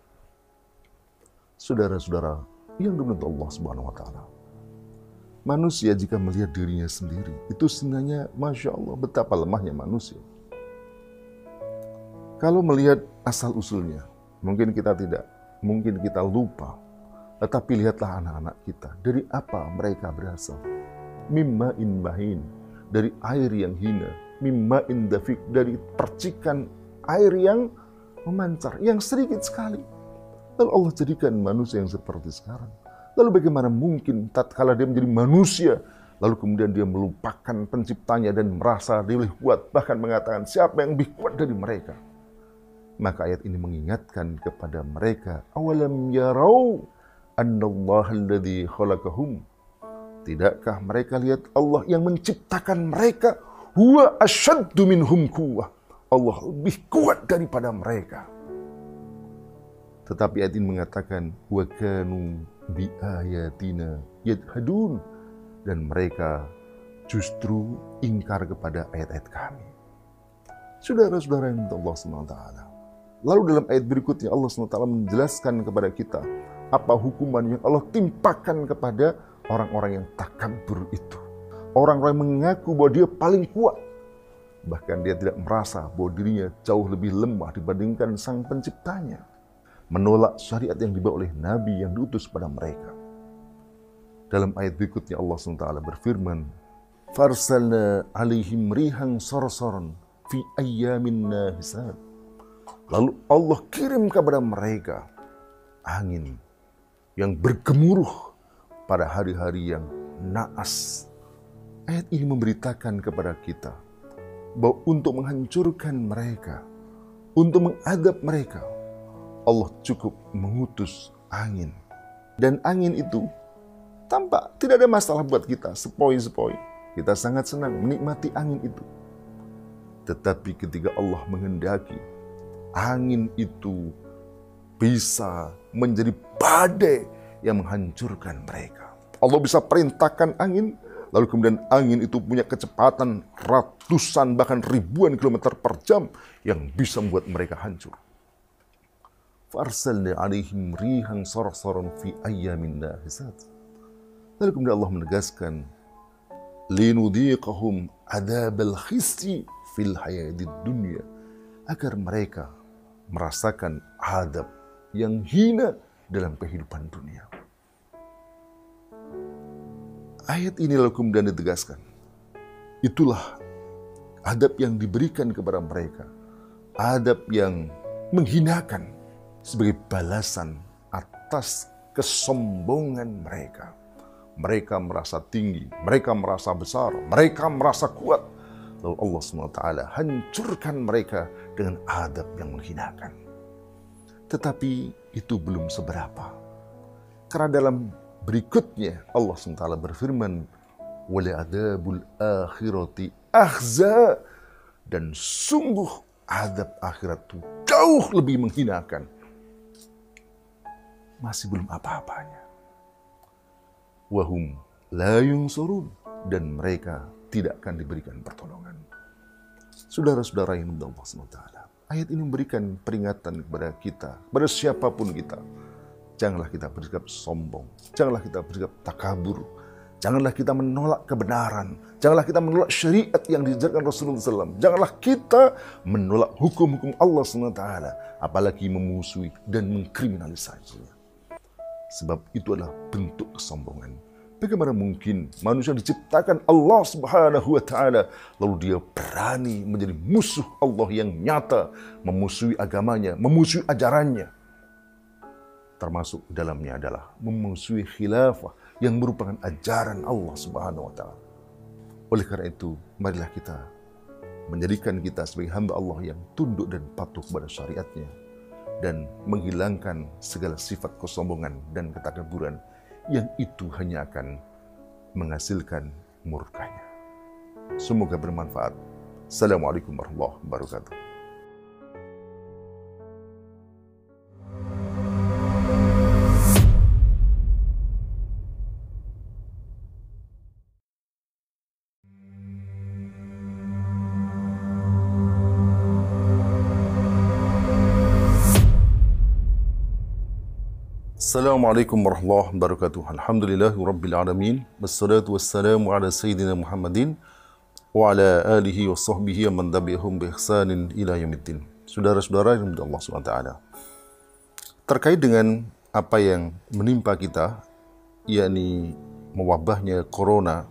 Saudara-saudara yang dimuliakan Allah Subhanahu wa taala, manusia jika melihat dirinya sendiri, itu sebenarnya Masya Allah betapa lemahnya manusia. Kalau melihat asal-usulnya, mungkin kita tidak, mungkin kita lupa. Tetapi lihatlah anak-anak kita, dari apa mereka berasal? Mimma in mahin, dari air yang hina. Mimma in dafik, dari percikan air yang memancar, yang sedikit sekali. Lalu Allah jadikan manusia yang seperti sekarang. Lalu bagaimana mungkin tatkala dia menjadi manusia, lalu kemudian dia melupakan penciptanya dan merasa dia lebih kuat, bahkan mengatakan siapa yang lebih kuat dari mereka? Maka ayat ini mengingatkan kepada mereka, awalam yarau annallaha alladhi khalaqahum, tidakkah mereka lihat Allah yang menciptakan mereka, huwa asyaddu minhum quwwah, Allah lebih kuat daripada mereka. Tetapi ayat ini mengatakan, wa kanu bi ayatina yadhadun, dan mereka justru ingkar kepada ayat-ayat kami. Saudara-saudara yang Allah SWT. Lalu dalam ayat berikutnya Allah SWT menjelaskan kepada kita apa hukuman yang Allah timpakan kepada orang-orang yang takabur itu. Orang-orang yang mengaku bahwa dia paling kuat. Bahkan dia tidak merasa bahwa dirinya jauh lebih lemah dibandingkan sang penciptanya. Menolak syariat yang dibawa oleh Nabi yang diutus pada mereka. Dalam ayat berikutnya Allah SWT berfirman, farsalna alaihim rihan sarsaran fi ayyamin nahisat. Lalu Allah kirim kepada mereka angin yang bergemuruh pada hari-hari yang naas. Ayat ini memberitakan kepada kita bahwa untuk menghancurkan mereka, untuk mengadab mereka, Allah cukup mengutus angin. Dan angin itu tampak tidak ada masalah buat kita, sepoi-sepoi. Kita sangat senang menikmati angin itu. Tetapi ketika Allah menghendaki, angin itu bisa menjadi badai yang menghancurkan mereka. Allah bisa perintahkan angin, lalu kemudian angin itu punya kecepatan ratusan bahkan ribuan kilometer per jam yang bisa membuat mereka hancur. Farsalna 'alaihim rihan sarsaran fi ayyamin nahisat. Lalu kemudian Allah menegaskan, linudhiqahum adzabal khizyi fil hayatid dunya, agar mereka merasakan azab yang hina dalam kehidupan dunia. Ayat ini lalu kemudian ditegaskan, itulah adab yang diberikan kepada mereka, adab yang menghinakan sebagai balasan atas kesombongan mereka. Mereka merasa tinggi, mereka merasa besar, mereka merasa kuat. Lalu Allah SWT hancurkan mereka dengan adab yang menghinakan. Tetapi itu belum seberapa. Karena dalam berikutnya Allah SWT berfirman, وَلَعَذَابُ الْآخِرَةِ أَخْزَى, dan sungguh adab akhirat itu jauh lebih menghinakan. Masih belum apa-apanya. Wahum la yunsurun, dan mereka tidak akan diberikan pertolongan. Saudara-saudara yang dimuliakan Allah SWT, ayat ini memberikan peringatan kepada kita, kepada siapapun kita. Janganlah kita bersikap sombong, janganlah kita bersikap takabur, janganlah kita menolak kebenaran, janganlah kita menolak syariat yang diajarkan Rasulullah SAW, janganlah kita menolak hukum-hukum Allah SWT, apalagi memusuhi dan mengkriminalisasinya. Sebab itu adalah bentuk kesombongan. Bagaimana mungkin manusia diciptakan Allah Subhanahu wa Ta'ala, lalu dia berani menjadi musuh Allah yang nyata, memusuhi agamanya, memusuhi ajarannya. Termasuk dalamnya adalah memusuhi khilafah yang merupakan ajaran Allah Subhanahu wa Ta'ala. Oleh karena itu, marilah kita menjadikan kita sebagai hamba Allah yang tunduk dan patuh kepada syariatnya, dan menghilangkan segala sifat kesombongan dan ketakaburan yang itu hanya akan menghasilkan murkanya. Semoga bermanfaat. Assalamualaikum warahmatullahi wabarakatuh. Assalamualaikum warahmatullahi wabarakatuh. Alhamdulillahi rabbil alamin. Wassalatu wassalamu ala sayyidina Muhammadin wa ala alihi wa sahbihi wa man tabi'ahum bi ihsanin ila yaumiddin. Saudara-saudara yang dimuliakan Allah SWT, terkait dengan apa yang menimpa kita, yakni mewabahnya corona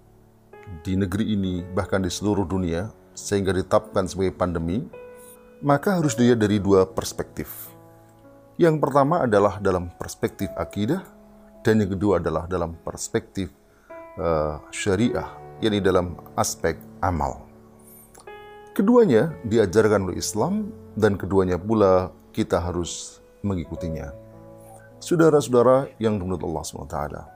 di negeri ini bahkan di seluruh dunia sehingga ditetapkan sebagai pandemi, maka harus dilihat dari dua perspektif. Yang pertama adalah dalam perspektif akidah, dan yang kedua adalah dalam perspektif syariah, yakni dalam aspek amal. Keduanya diajarkan oleh Islam, dan keduanya pula kita harus mengikutinya. Saudara-saudara yang dimuliakan Allah SWT,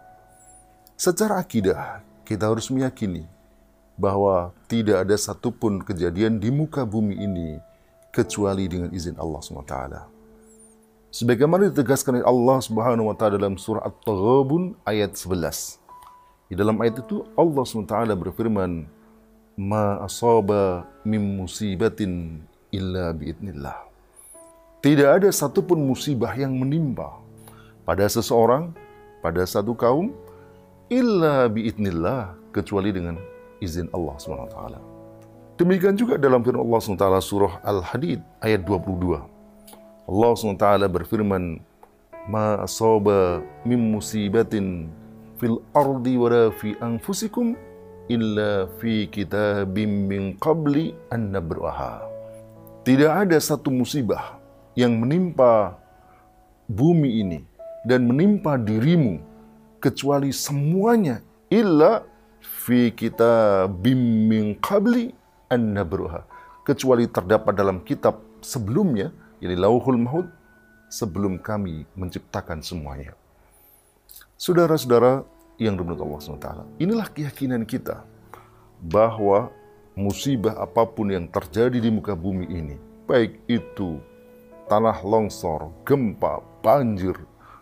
secara akidah kita harus meyakini bahwa tidak ada satupun kejadian di muka bumi ini kecuali dengan izin Allah SWT. Sebagaimana ditegaskan oleh Allah Subhanahu wa Ta'ala dalam surah At-Taghabun ayat 11. Di dalam ayat itu Allah SWT berfirman, "Ma asaba min musibatin illa biidznillah." Tidak ada satupun musibah yang menimpa pada seseorang, pada satu kaum, illa biidznillah, kecuali dengan izin Allah SWT. Demikian juga dalam firman Allah SWT surah Al-Hadid ayat 22. Allah SWT berfirman, "Ma asaba min musibatin fil ardi wala fi anfusikum illa fi kitabim min qabli an nabraha." Tidak ada satu musibah yang menimpa bumi ini dan menimpa dirimu kecuali semuanya illa fi kitabim min qabli an nabraha, kecuali terdapat dalam kitab sebelumnya, jadi Lauhul Mahfuz, sebelum kami menciptakan semuanya. Saudara-saudara yang dirahmati Allah SWT, inilah keyakinan kita bahwa musibah apapun yang terjadi di muka bumi ini, baik itu tanah longsor, gempa, banjir,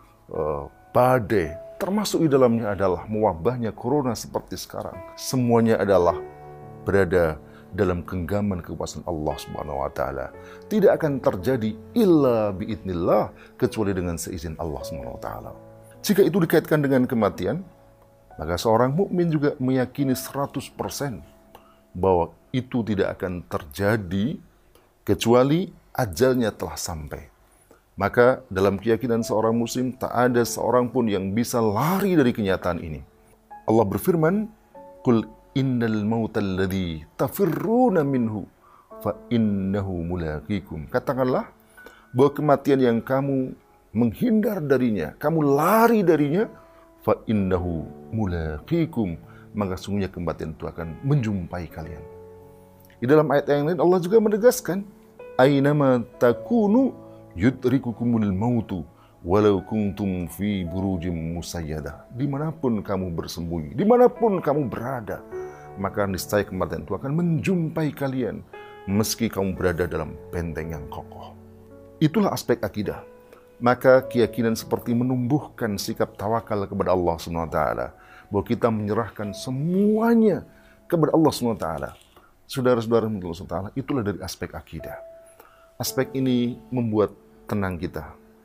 badai, termasuk di dalamnya adalah mewabahnya corona seperti sekarang, semuanya adalah berada dalam genggaman kekuasaan Allah Subhanahu wa taala. Tidak akan terjadi illa biidznillah, kecuali dengan seizin Allah Subhanahu wa taala. Jika itu dikaitkan dengan kematian, maka seorang mukmin juga meyakini 100% bahwa itu tidak akan terjadi kecuali ajalnya telah sampai. Maka dalam keyakinan seorang muslim, tak ada seorang pun yang bisa lari dari kenyataan ini. Allah berfirman, "Qul innal mautal ladzi tafirruna minhu fa innahu mulaqikum." Katakanlah bahwa kematian yang kamu menghindar darinya, kamu lari darinya, fa innahu mulaqikum, maka sungguhnya kematian itu akan menjumpai kalian. Di dalam ayat yang lain Allah juga menegaskan, "Ainama takunu yudrikukumul mautu walau kuntum fi burujim musayyadah." Dimanapun kamu bersembunyi, dimanapun kamu berada, maka niscaya kematian itu akan menjumpai kalian meski kamu berada dalam benteng yang kokoh. Itulah aspek akidah. Maka keyakinan seperti menumbuhkan sikap tawakal kepada Allah SWT, bahwa kita menyerahkan semuanya kepada Allah SWT. Saudara-saudara yang Allah SWT, itulah dari aspek akidah. Aspek ini membuat tenang kita.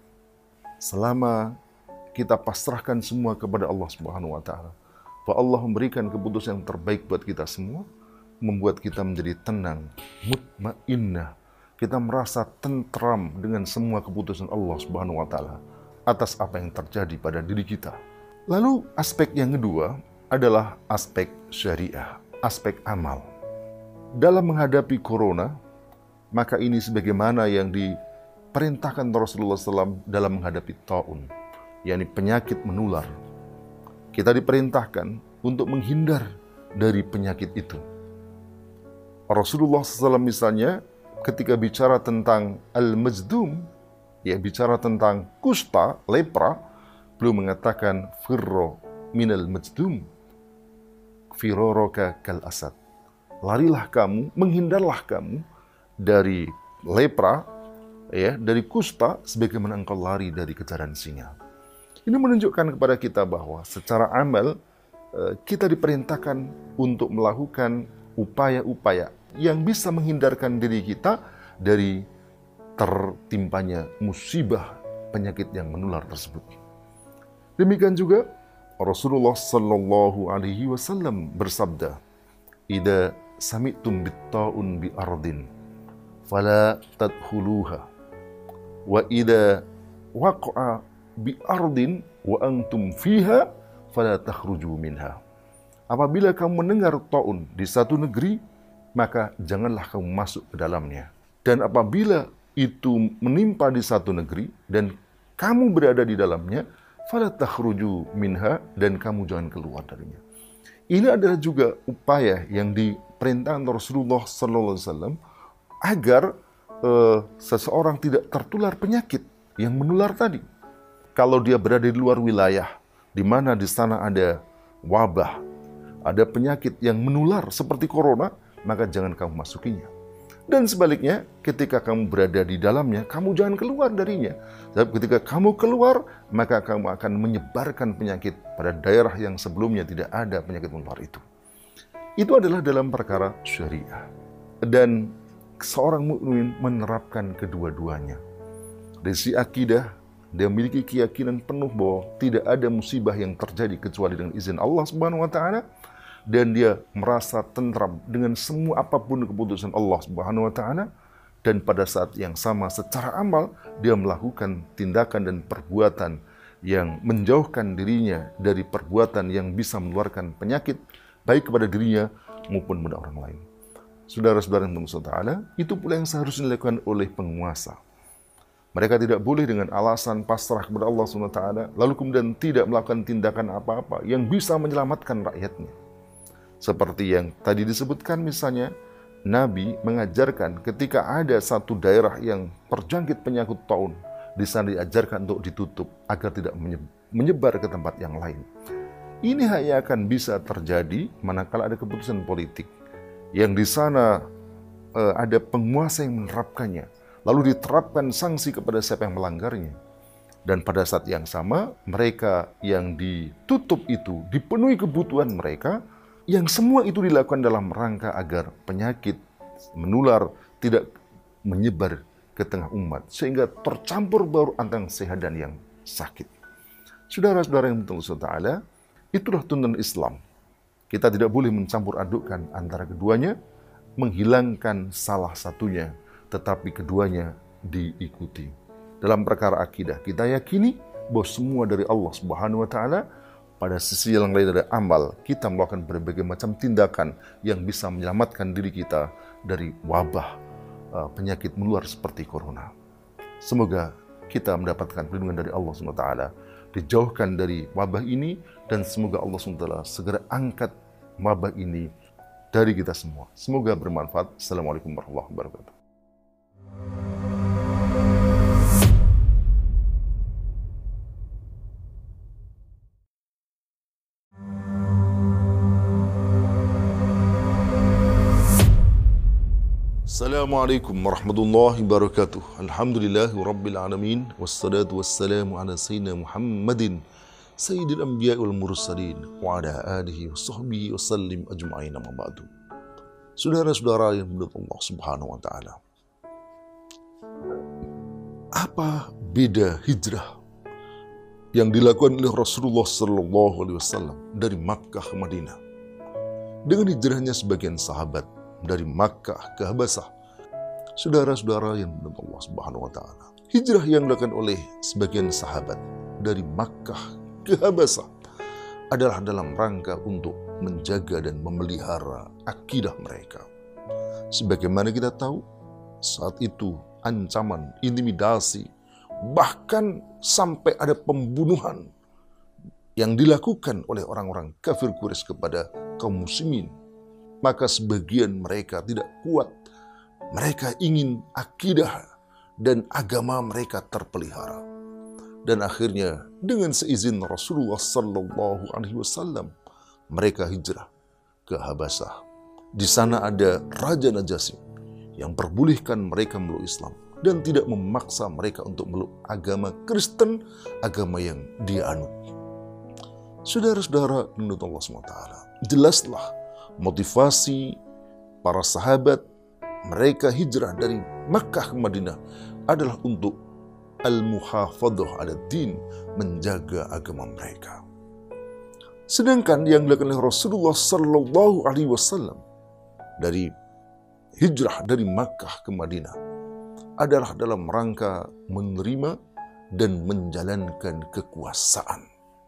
Selama kita pasrahkan semua kepada Allah Subhanahu wa taala, bahwa Allah memberikan keputusan yang terbaik buat kita semua, membuat kita menjadi tenang, mutmainnah. Kita merasa tentram dengan semua keputusan Allah Subhanahu wa taala atas apa yang terjadi pada diri kita. Lalu aspek yang kedua adalah aspek syariah, aspek amal. Dalam menghadapi corona, maka ini sebagaimana yang diperintahkan Rasulullah SAW dalam menghadapi ta'un, yakni penyakit menular. Kita diperintahkan untuk menghindar dari penyakit itu. Rasulullah SAW misalnya ketika bicara tentang al-majdum, ya bicara tentang kusta, lepra, beliau mengatakan firro minal majdum, firoroka kal asad. Larilah kamu, menghindarlah kamu dari lepra, ya, dari kusta, sebagaimana engkau lari dari kejaran singa. Ini menunjukkan kepada kita bahwa secara amal kita diperintahkan untuk melakukan upaya-upaya yang bisa menghindarkan diri kita dari tertimpanya musibah penyakit yang menular tersebut. Demikian juga Rasulullah Sallallahu Alaihi Wasallam bersabda, "Idza sami'tum bit-ta'un bi ardin, fala tadkhuluha, wa idza waqa'a bi ardin wa antum fiha, fala takhruju minha." Apabila kamu mendengar ta'un di satu negeri, maka janganlah kamu masuk ke dalamnya. Dan apabila itu menimpa di satu negeri dan kamu berada di dalamnya, fala takhruju minha, dan kamu jangan keluar darinya. Ini adalah juga upaya yang diperintahkan Rasulullah SAW agar seseorang tidak tertular penyakit yang menular tadi. Kalau dia berada di luar wilayah, di mana di sana ada wabah, ada penyakit yang menular seperti corona, maka jangan kamu masukinya. Dan sebaliknya, ketika kamu berada di dalamnya, kamu jangan keluar darinya. Sebab ketika kamu keluar, maka kamu akan menyebarkan penyakit pada daerah yang sebelumnya tidak ada penyakit menular itu. Itu adalah dalam perkara syariah. Dan seorang mukmin menerapkan kedua-duanya. Dari sisi akidah, dia memiliki keyakinan penuh bahwa tidak ada musibah yang terjadi kecuali dengan izin Allah Subhanahu wa taala. Dan dia merasa tentram dengan semua apapun keputusan Allah Subhanahu wa taala, dan pada saat yang sama secara amal dia melakukan tindakan dan perbuatan yang menjauhkan dirinya dari perbuatan yang bisa mengeluarkan penyakit baik kepada dirinya maupun kepada orang lain. Saudara-saudara yang Allah taala, itu pula yang seharusnya dilakukan oleh penguasa. Mereka tidak boleh dengan alasan pasrah kepada Allah Subhanahu wa taala lalu kemudian tidak melakukan tindakan apa-apa yang bisa menyelamatkan rakyatnya. Seperti yang tadi disebutkan misalnya, Nabi mengajarkan ketika ada satu daerah yang terjangkit penyakit taun, di sana diajarkan untuk ditutup agar tidak menyebar ke tempat yang lain. Ini hanya akan bisa terjadi manakala ada keputusan politik yang di sana ada penguasa yang menerapkannya, lalu diterapkan sanksi kepada siapa yang melanggarnya. Dan pada saat yang sama, mereka yang ditutup itu dipenuhi kebutuhan mereka, yang semua itu dilakukan dalam rangka agar penyakit menular tidak menyebar ke tengah umat, sehingga tercampur baur antara yang sehat dan yang sakit. Saudara-saudara yang dimuliakan Allah Ta'ala, itulah tuntunan Islam. Kita tidak boleh mencampur adukkan antara keduanya, menghilangkan salah satunya, tetapi keduanya diikuti. Dalam perkara akidah, kita yakini bahwa semua dari Allah Subhanahu wa Ta'ala. Pada sisi yang lain dari amal, kita melakukan berbagai macam tindakan yang bisa menyelamatkan diri kita dari wabah penyakit menular seperti corona. Semoga kita mendapatkan perlindungan dari Allah SWT, dijauhkan dari wabah ini, dan semoga Allah SWT segera angkat wabah ini dari kita semua. Semoga bermanfaat. Assalamualaikum warahmatullahi wabarakatuh. Assalamualaikum warahmatullahi wabarakatuh. Alhamdulillahi rabbil alamin, wassalatu wassalamu ala sayyidina Muhammadin sayyidil anbiya'i wal mursalin wa ala alihi wa sahbihi wa sallim ajma'in, amma ba'du. Saudara-saudara yang dimuliakan Allah Subhanahu wa Ta'ala, apa beda hijrah yang dilakukan oleh Rasulullah sallallahu alaihi wasallam dari Makkah ke Madinah dengan hijrahnya sebagian sahabat dari Makkah ke Habasah? Saudara-saudara yang dimuliakan Allah Subhanahu wa Ta'ala, hijrah yang dilakukan oleh sebagian sahabat dari Makkah ke Habasah adalah dalam rangka untuk menjaga dan memelihara akidah mereka. Sebagaimana kita tahu, saat itu ancaman, intimidasi, bahkan sampai ada pembunuhan yang dilakukan oleh orang-orang kafir Quraisy kepada kaum muslimin. Maka sebagian mereka tidak kuat. Mereka ingin akidah dan agama mereka terpelihara. Dan akhirnya dengan seizin Rasulullah sallallahu alaihi wasallam, mereka hijrah ke Habasah. Di sana ada Raja Najasyi yang perbolehkan mereka meluk Islam dan tidak memaksa mereka untuk meluk agama Kristen, agama yang dia anut. Saudara-saudara menurut Allah SWT, jelaslah motivasi para sahabat mereka hijrah dari Makkah ke Madinah adalah untuk al-muhafadhah ala din, menjaga agama mereka. Sedangkan yang dilakukan oleh Rasulullah sallallahu alaihi wasallam dari hijrah dari Makkah ke Madinah adalah dalam rangka menerima dan menjalankan kekuasaan.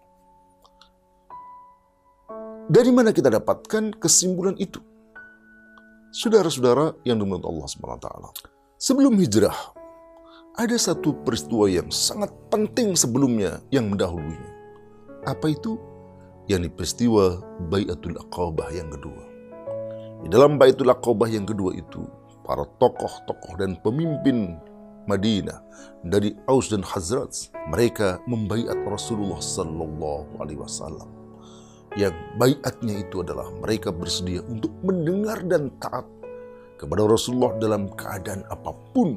Dari mana kita dapatkan kesimpulan itu? Saudara-saudara yang dimuliakan Allah SWT, sebelum hijrah, ada satu peristiwa yang sangat penting sebelumnya yang mendahulunya. Apa itu? Yang peristiwa Bai'atul Aqabah yang kedua. Di dalam Bai'atul Aqabah yang kedua itu, para tokoh-tokoh dan pemimpin Madinah dari Aus dan Khazraj, mereka membaiat Rasulullah sallallahu alaihi wasallam. Yang baiatnya itu adalah mereka bersedia untuk mendengar dan taat kepada Rasulullah dalam keadaan apapun.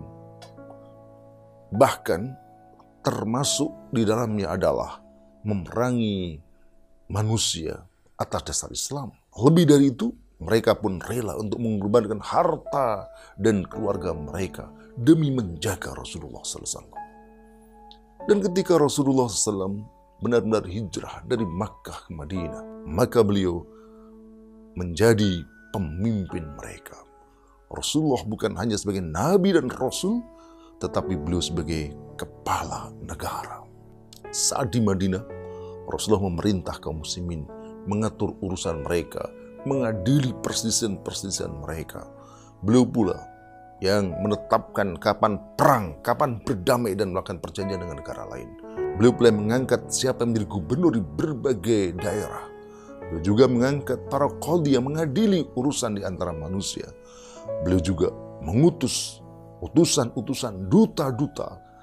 Bahkan termasuk di dalamnya adalah memerangi manusia atas dasar Islam. Lebih dari itu, mereka pun rela untuk mengorbankan harta dan keluarga mereka demi menjaga Rasulullah SAW. Dan ketika Rasulullah SAW benar-benar hijrah dari Makkah ke Madinah, maka beliau menjadi pemimpin mereka. Rasulullah bukan hanya sebagai nabi dan rasul, tetapi beliau sebagai kepala negara. Saat di Madinah, Rasulullah memerintah kaum muslimin mengatur urusan mereka, mengadili perselisihan-perselisihan mereka. Beliau pula yang menetapkan kapan perang, kapan berdamai dan melakukan perjanjian dengan negara lain. Beliau pula mengangkat siapa yang menjadi gubernur di berbagai daerah. Beliau juga mengangkat para qadhi yang mengadili urusan di antara manusia. Beliau juga mengutus utusan-utusan, duta-duta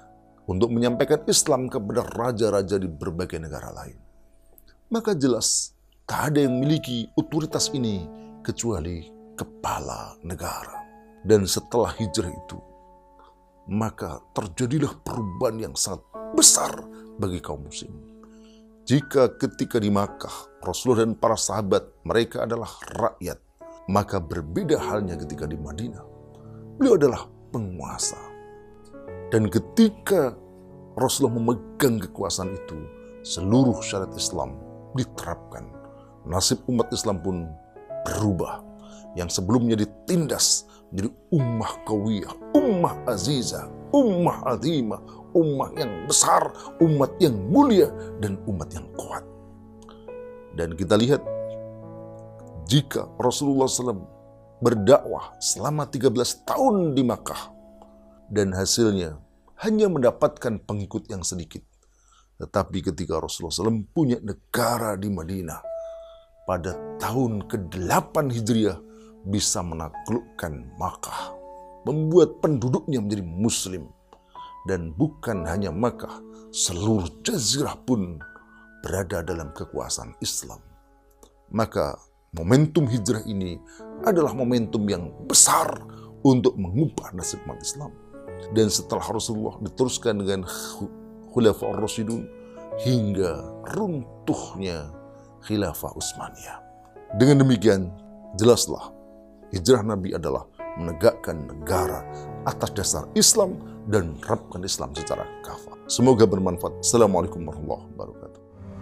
untuk menyampaikan Islam kepada raja-raja di berbagai negara lain. Maka jelas tak ada yang memiliki otoritas ini kecuali kepala negara. Dan setelah hijrah itu, maka terjadilah perubahan yang sangat besar bagi kaum muslimin. Jika ketika di Makkah, Rasulullah dan para sahabat mereka adalah rakyat, maka berbeda halnya ketika di Madinah. Beliau adalah penguasa. Dan ketika Rasulullah memegang kekuasaan itu, seluruh syariat Islam diterapkan. Nasib umat Islam pun berubah. Yang sebelumnya ditindas menjadi ummah qawiyah, ummah azizah, ummah azimah, ummah yang besar, umat yang mulia, dan umat yang kuat. Dan kita lihat, jika Rasulullah SAW berdakwah selama 13 tahun di Makkah, dan hasilnya hanya mendapatkan pengikut yang sedikit. Tetapi ketika Rasulullah SAW punya negara di Madinah, pada tahun ke-8 Hijriah, bisa menaklukkan Makkah, membuat penduduknya menjadi muslim. Dan bukan hanya Makkah, seluruh jazirah pun berada dalam kekuasaan Islam. Maka momentum hijrah ini adalah momentum yang besar untuk mengubah nasib umat Islam. Dan setelah Rasulullah diteruskan dengan Khulafaur Rasyidun hingga runtuhnya Khilafah Utsmaniyah. Dengan demikian, jelaslah hijrah Nabi adalah menegakkan negara atas dasar Islam dan menerapkan Islam secara kafah. Semoga bermanfaat. Assalamualaikum warahmatullahi wabarakatuh.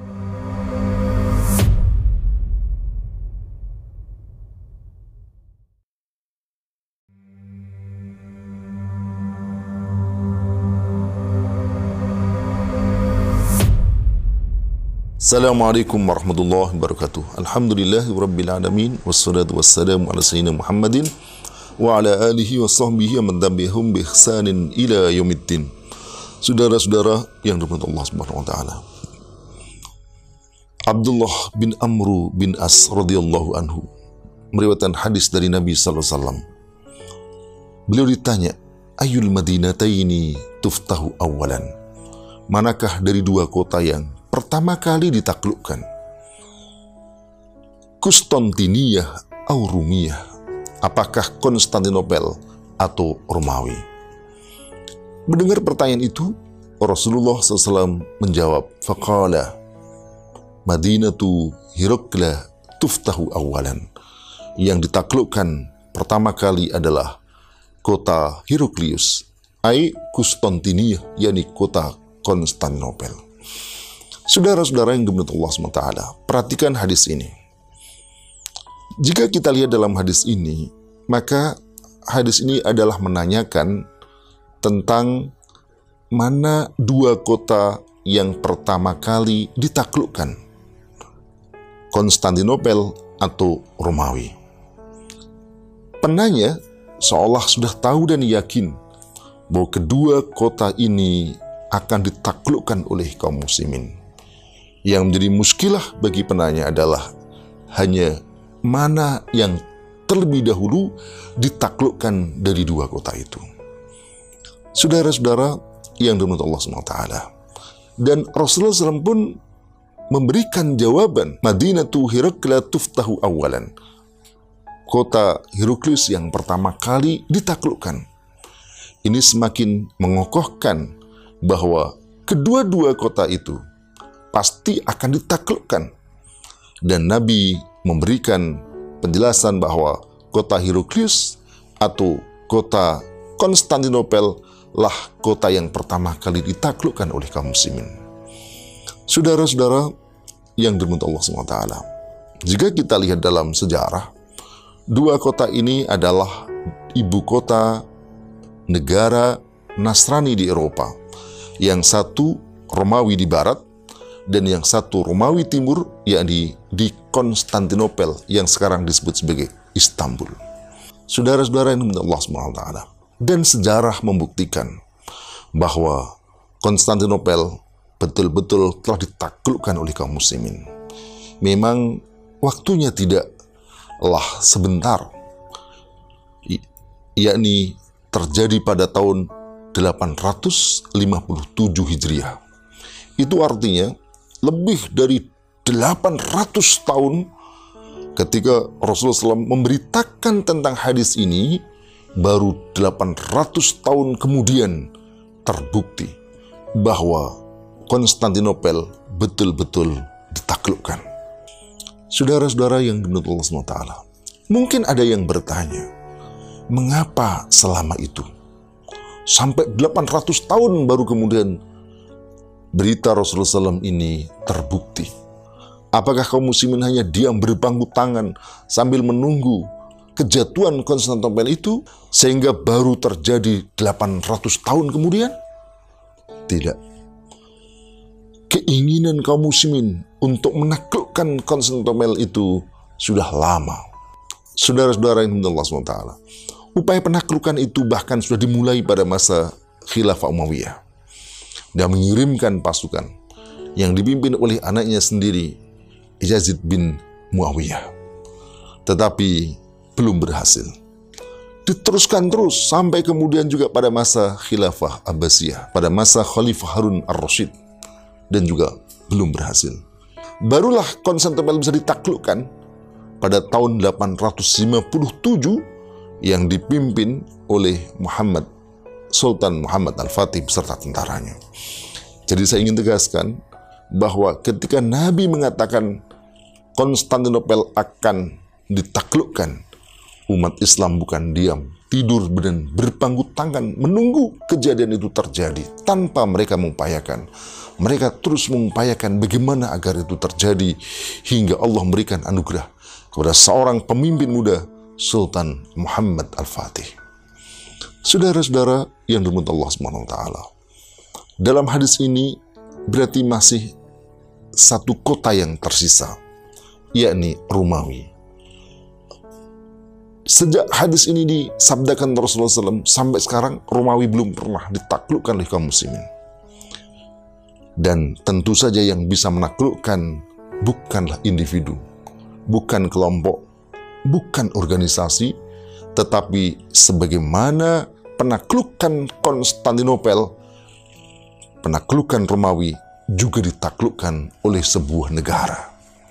Assalamualaikum warahmatullahi wabarakatuh. Alhamdulillahirabbil alamin wassalatu wassalamu ala sayyidina Muhammadin wa ala alihi wa sahbihi man tabi'ahum bi ihsanin ila yaumiddin. Saudara-saudara yang dirahmati Allah Subhanahu wa taala. Abdullah bin Amru bin As radhiyallahu anhu meriwayatkan hadis dari Nabi sallallahu alaihi wasallam. Beliau ditanya, "Ayyul madinataini tuftahu awalan?" Manakah dari dua kota yang pertama kali ditaklukkan? Konstantiniyah atau Rumiyah? Apakah Konstantinopel atau Romawi? Mendengar pertanyaan itu, Rasulullah SAW menjawab, faqala Madinatu Hirakla tuftahu awalan. Yang ditaklukkan pertama kali adalah kota Heraklius, ai Konstantiniyah, yakni kota Konstantinopel. Saudara-saudara yang dimuliakan Allah SWT, perhatikan hadis ini. Jika kita lihat dalam hadis ini, maka hadis ini adalah menanyakan tentang mana dua kota yang pertama kali ditaklukkan, Konstantinopel atau Romawi. Penanya seolah sudah tahu dan yakin bahwa kedua kota ini akan ditaklukkan oleh kaum muslimin. Yang menjadi muskilah bagi penanya adalah hanya mana yang terlebih dahulu ditaklukkan dari dua kota itu. Saudara-saudara yang dirahmati Allah SWT. Dan Rasulullah SAW pun memberikan jawaban, Madinatu Hirakla tuftahu awalan. Kota Heraklius yang pertama kali ditaklukkan. Ini semakin mengokohkan bahwa kedua-dua kota itu pasti akan ditaklukkan. Dan Nabi memberikan penjelasan bahwa kota Heraklius atau kota Konstantinopel lah kota yang pertama kali ditaklukkan oleh kaum muslimin. Saudara-saudara yang dirahmati Allah SWT, jika kita lihat dalam sejarah, dua kota ini adalah ibu kota negara Nasrani di Eropa. Yang satu Romawi di barat, dan yang satu Romawi timur, yakni di Konstantinopel yang sekarang disebut sebagai Istanbul. Saudara-saudara yang dimuliakan Allah SWT, dan sejarah membuktikan bahwa Konstantinopel betul-betul telah ditaklukkan oleh kaum muslimin. Memang waktunya tidaklah sebentar, yakni terjadi pada tahun 857 Hijriah. Itu artinya lebih dari 800 tahun ketika Rasulullah SAW memberitakan tentang hadis ini, baru 800 tahun kemudian terbukti bahwa Konstantinopel betul-betul ditaklukkan. Saudara-saudara yang dimuliakan Allah SWT, mungkin ada yang bertanya, mengapa selama itu? Sampai 800 tahun baru kemudian berita Rasulullah SAW ini terbukti. Apakah kaum muslimin hanya diam berpangku tangan sambil menunggu kejatuhan Konstantinopel itu sehingga baru terjadi 800 tahun kemudian? Tidak. Keinginan kaum muslimin untuk menaklukkan Konstantinopel itu sudah lama. Saudara-saudara yang dimuliakan Allah SWT, upaya penaklukan itu bahkan sudah dimulai pada masa Khilafah Umayyah. Dan mengirimkan pasukan yang dipimpin oleh anaknya sendiri, Yazid bin Muawiyah. Tetapi belum berhasil. Diteruskan terus sampai kemudian juga pada masa Khilafah Abbasiyah, pada masa Khalifah Harun ar-Rasyid, dan juga belum berhasil. Barulah Konstantinopel bisa ditaklukkan pada tahun 857 yang dipimpin oleh Sultan Muhammad Al-Fatih beserta tentaranya. Jadi saya ingin tegaskan bahwa ketika Nabi mengatakan Konstantinopel akan ditaklukkan, umat Islam bukan diam, tidur dan berpangku tangan menunggu kejadian itu terjadi tanpa mereka mengupayakan. Mereka terus mengupayakan bagaimana agar itu terjadi hingga Allah memberikan anugerah kepada seorang pemimpin muda, Sultan Muhammad Al-Fatih. Saudara-saudara yang dimuliakan Allah SWT, dalam hadis ini berarti masih satu kota yang tersisa, yakni Romawi. Sejak hadis ini disabdakan Rasulullah SAW sampai sekarang, Romawi belum pernah ditaklukkan oleh kaum muslimin. Dan tentu saja yang bisa menaklukkan bukanlah individu, bukan kelompok, bukan organisasi, tetapi sebagaimana penaklukan Konstantinopel, penaklukan Romawi juga ditaklukkan oleh sebuah negara.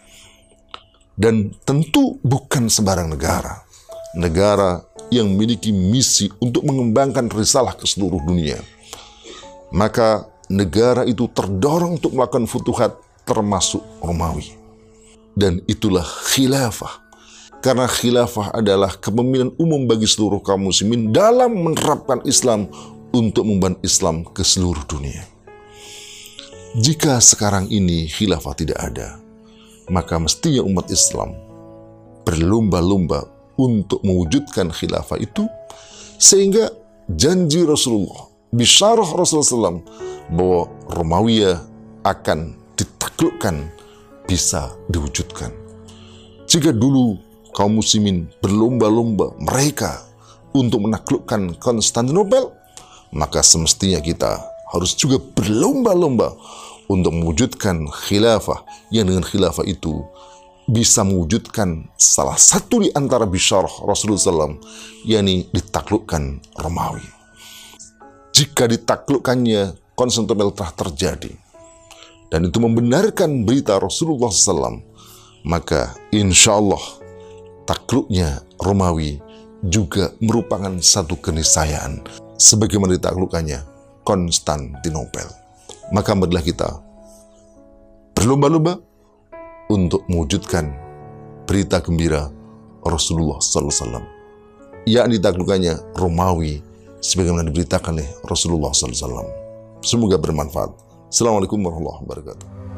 Dan tentu bukan sembarang negara. Negara yang memiliki misi untuk mengembangkan risalah ke seluruh dunia. Maka negara itu terdorong untuk melakukan futuhat termasuk Romawi. Dan itulah khilafah. Karena khilafah adalah kepemimpinan umum bagi seluruh kaum muslimin dalam menerapkan Islam untuk membangun Islam ke seluruh dunia. Jika sekarang ini khilafah tidak ada, maka mestinya umat Islam berlomba-lomba untuk mewujudkan khilafah itu, sehingga janji Rasulullah, bisyarah Rasulullah SAW bahwa Romawi akan ditaklukkan bisa diwujudkan. Jika dulu kaum muslimin berlomba-lomba mereka untuk menaklukkan Konstantinopel, maka semestinya kita harus juga berlomba-lomba untuk mewujudkan khilafah, yang dengan khilafah itu bisa mewujudkan salah satu di antara bisyarah Rasulullah SAW, yakni ditaklukkan Romawi. Jika ditaklukkannya Konstantinopel telah terjadi, dan itu membenarkan berita Rasulullah SAW, maka insya Allah takluknya Romawi juga merupakan satu keniscayaan sebagaimana ditaklukkannya Konstantinopel. Maka marilah kita berlomba-lomba untuk mewujudkan berita gembira Rasulullah SAW, yakni ditaklukkannya Romawi sebagaimana diberitakan oleh Rasulullah SAW. Semoga bermanfaat. Assalamualaikum warahmatullahi wabarakatuh.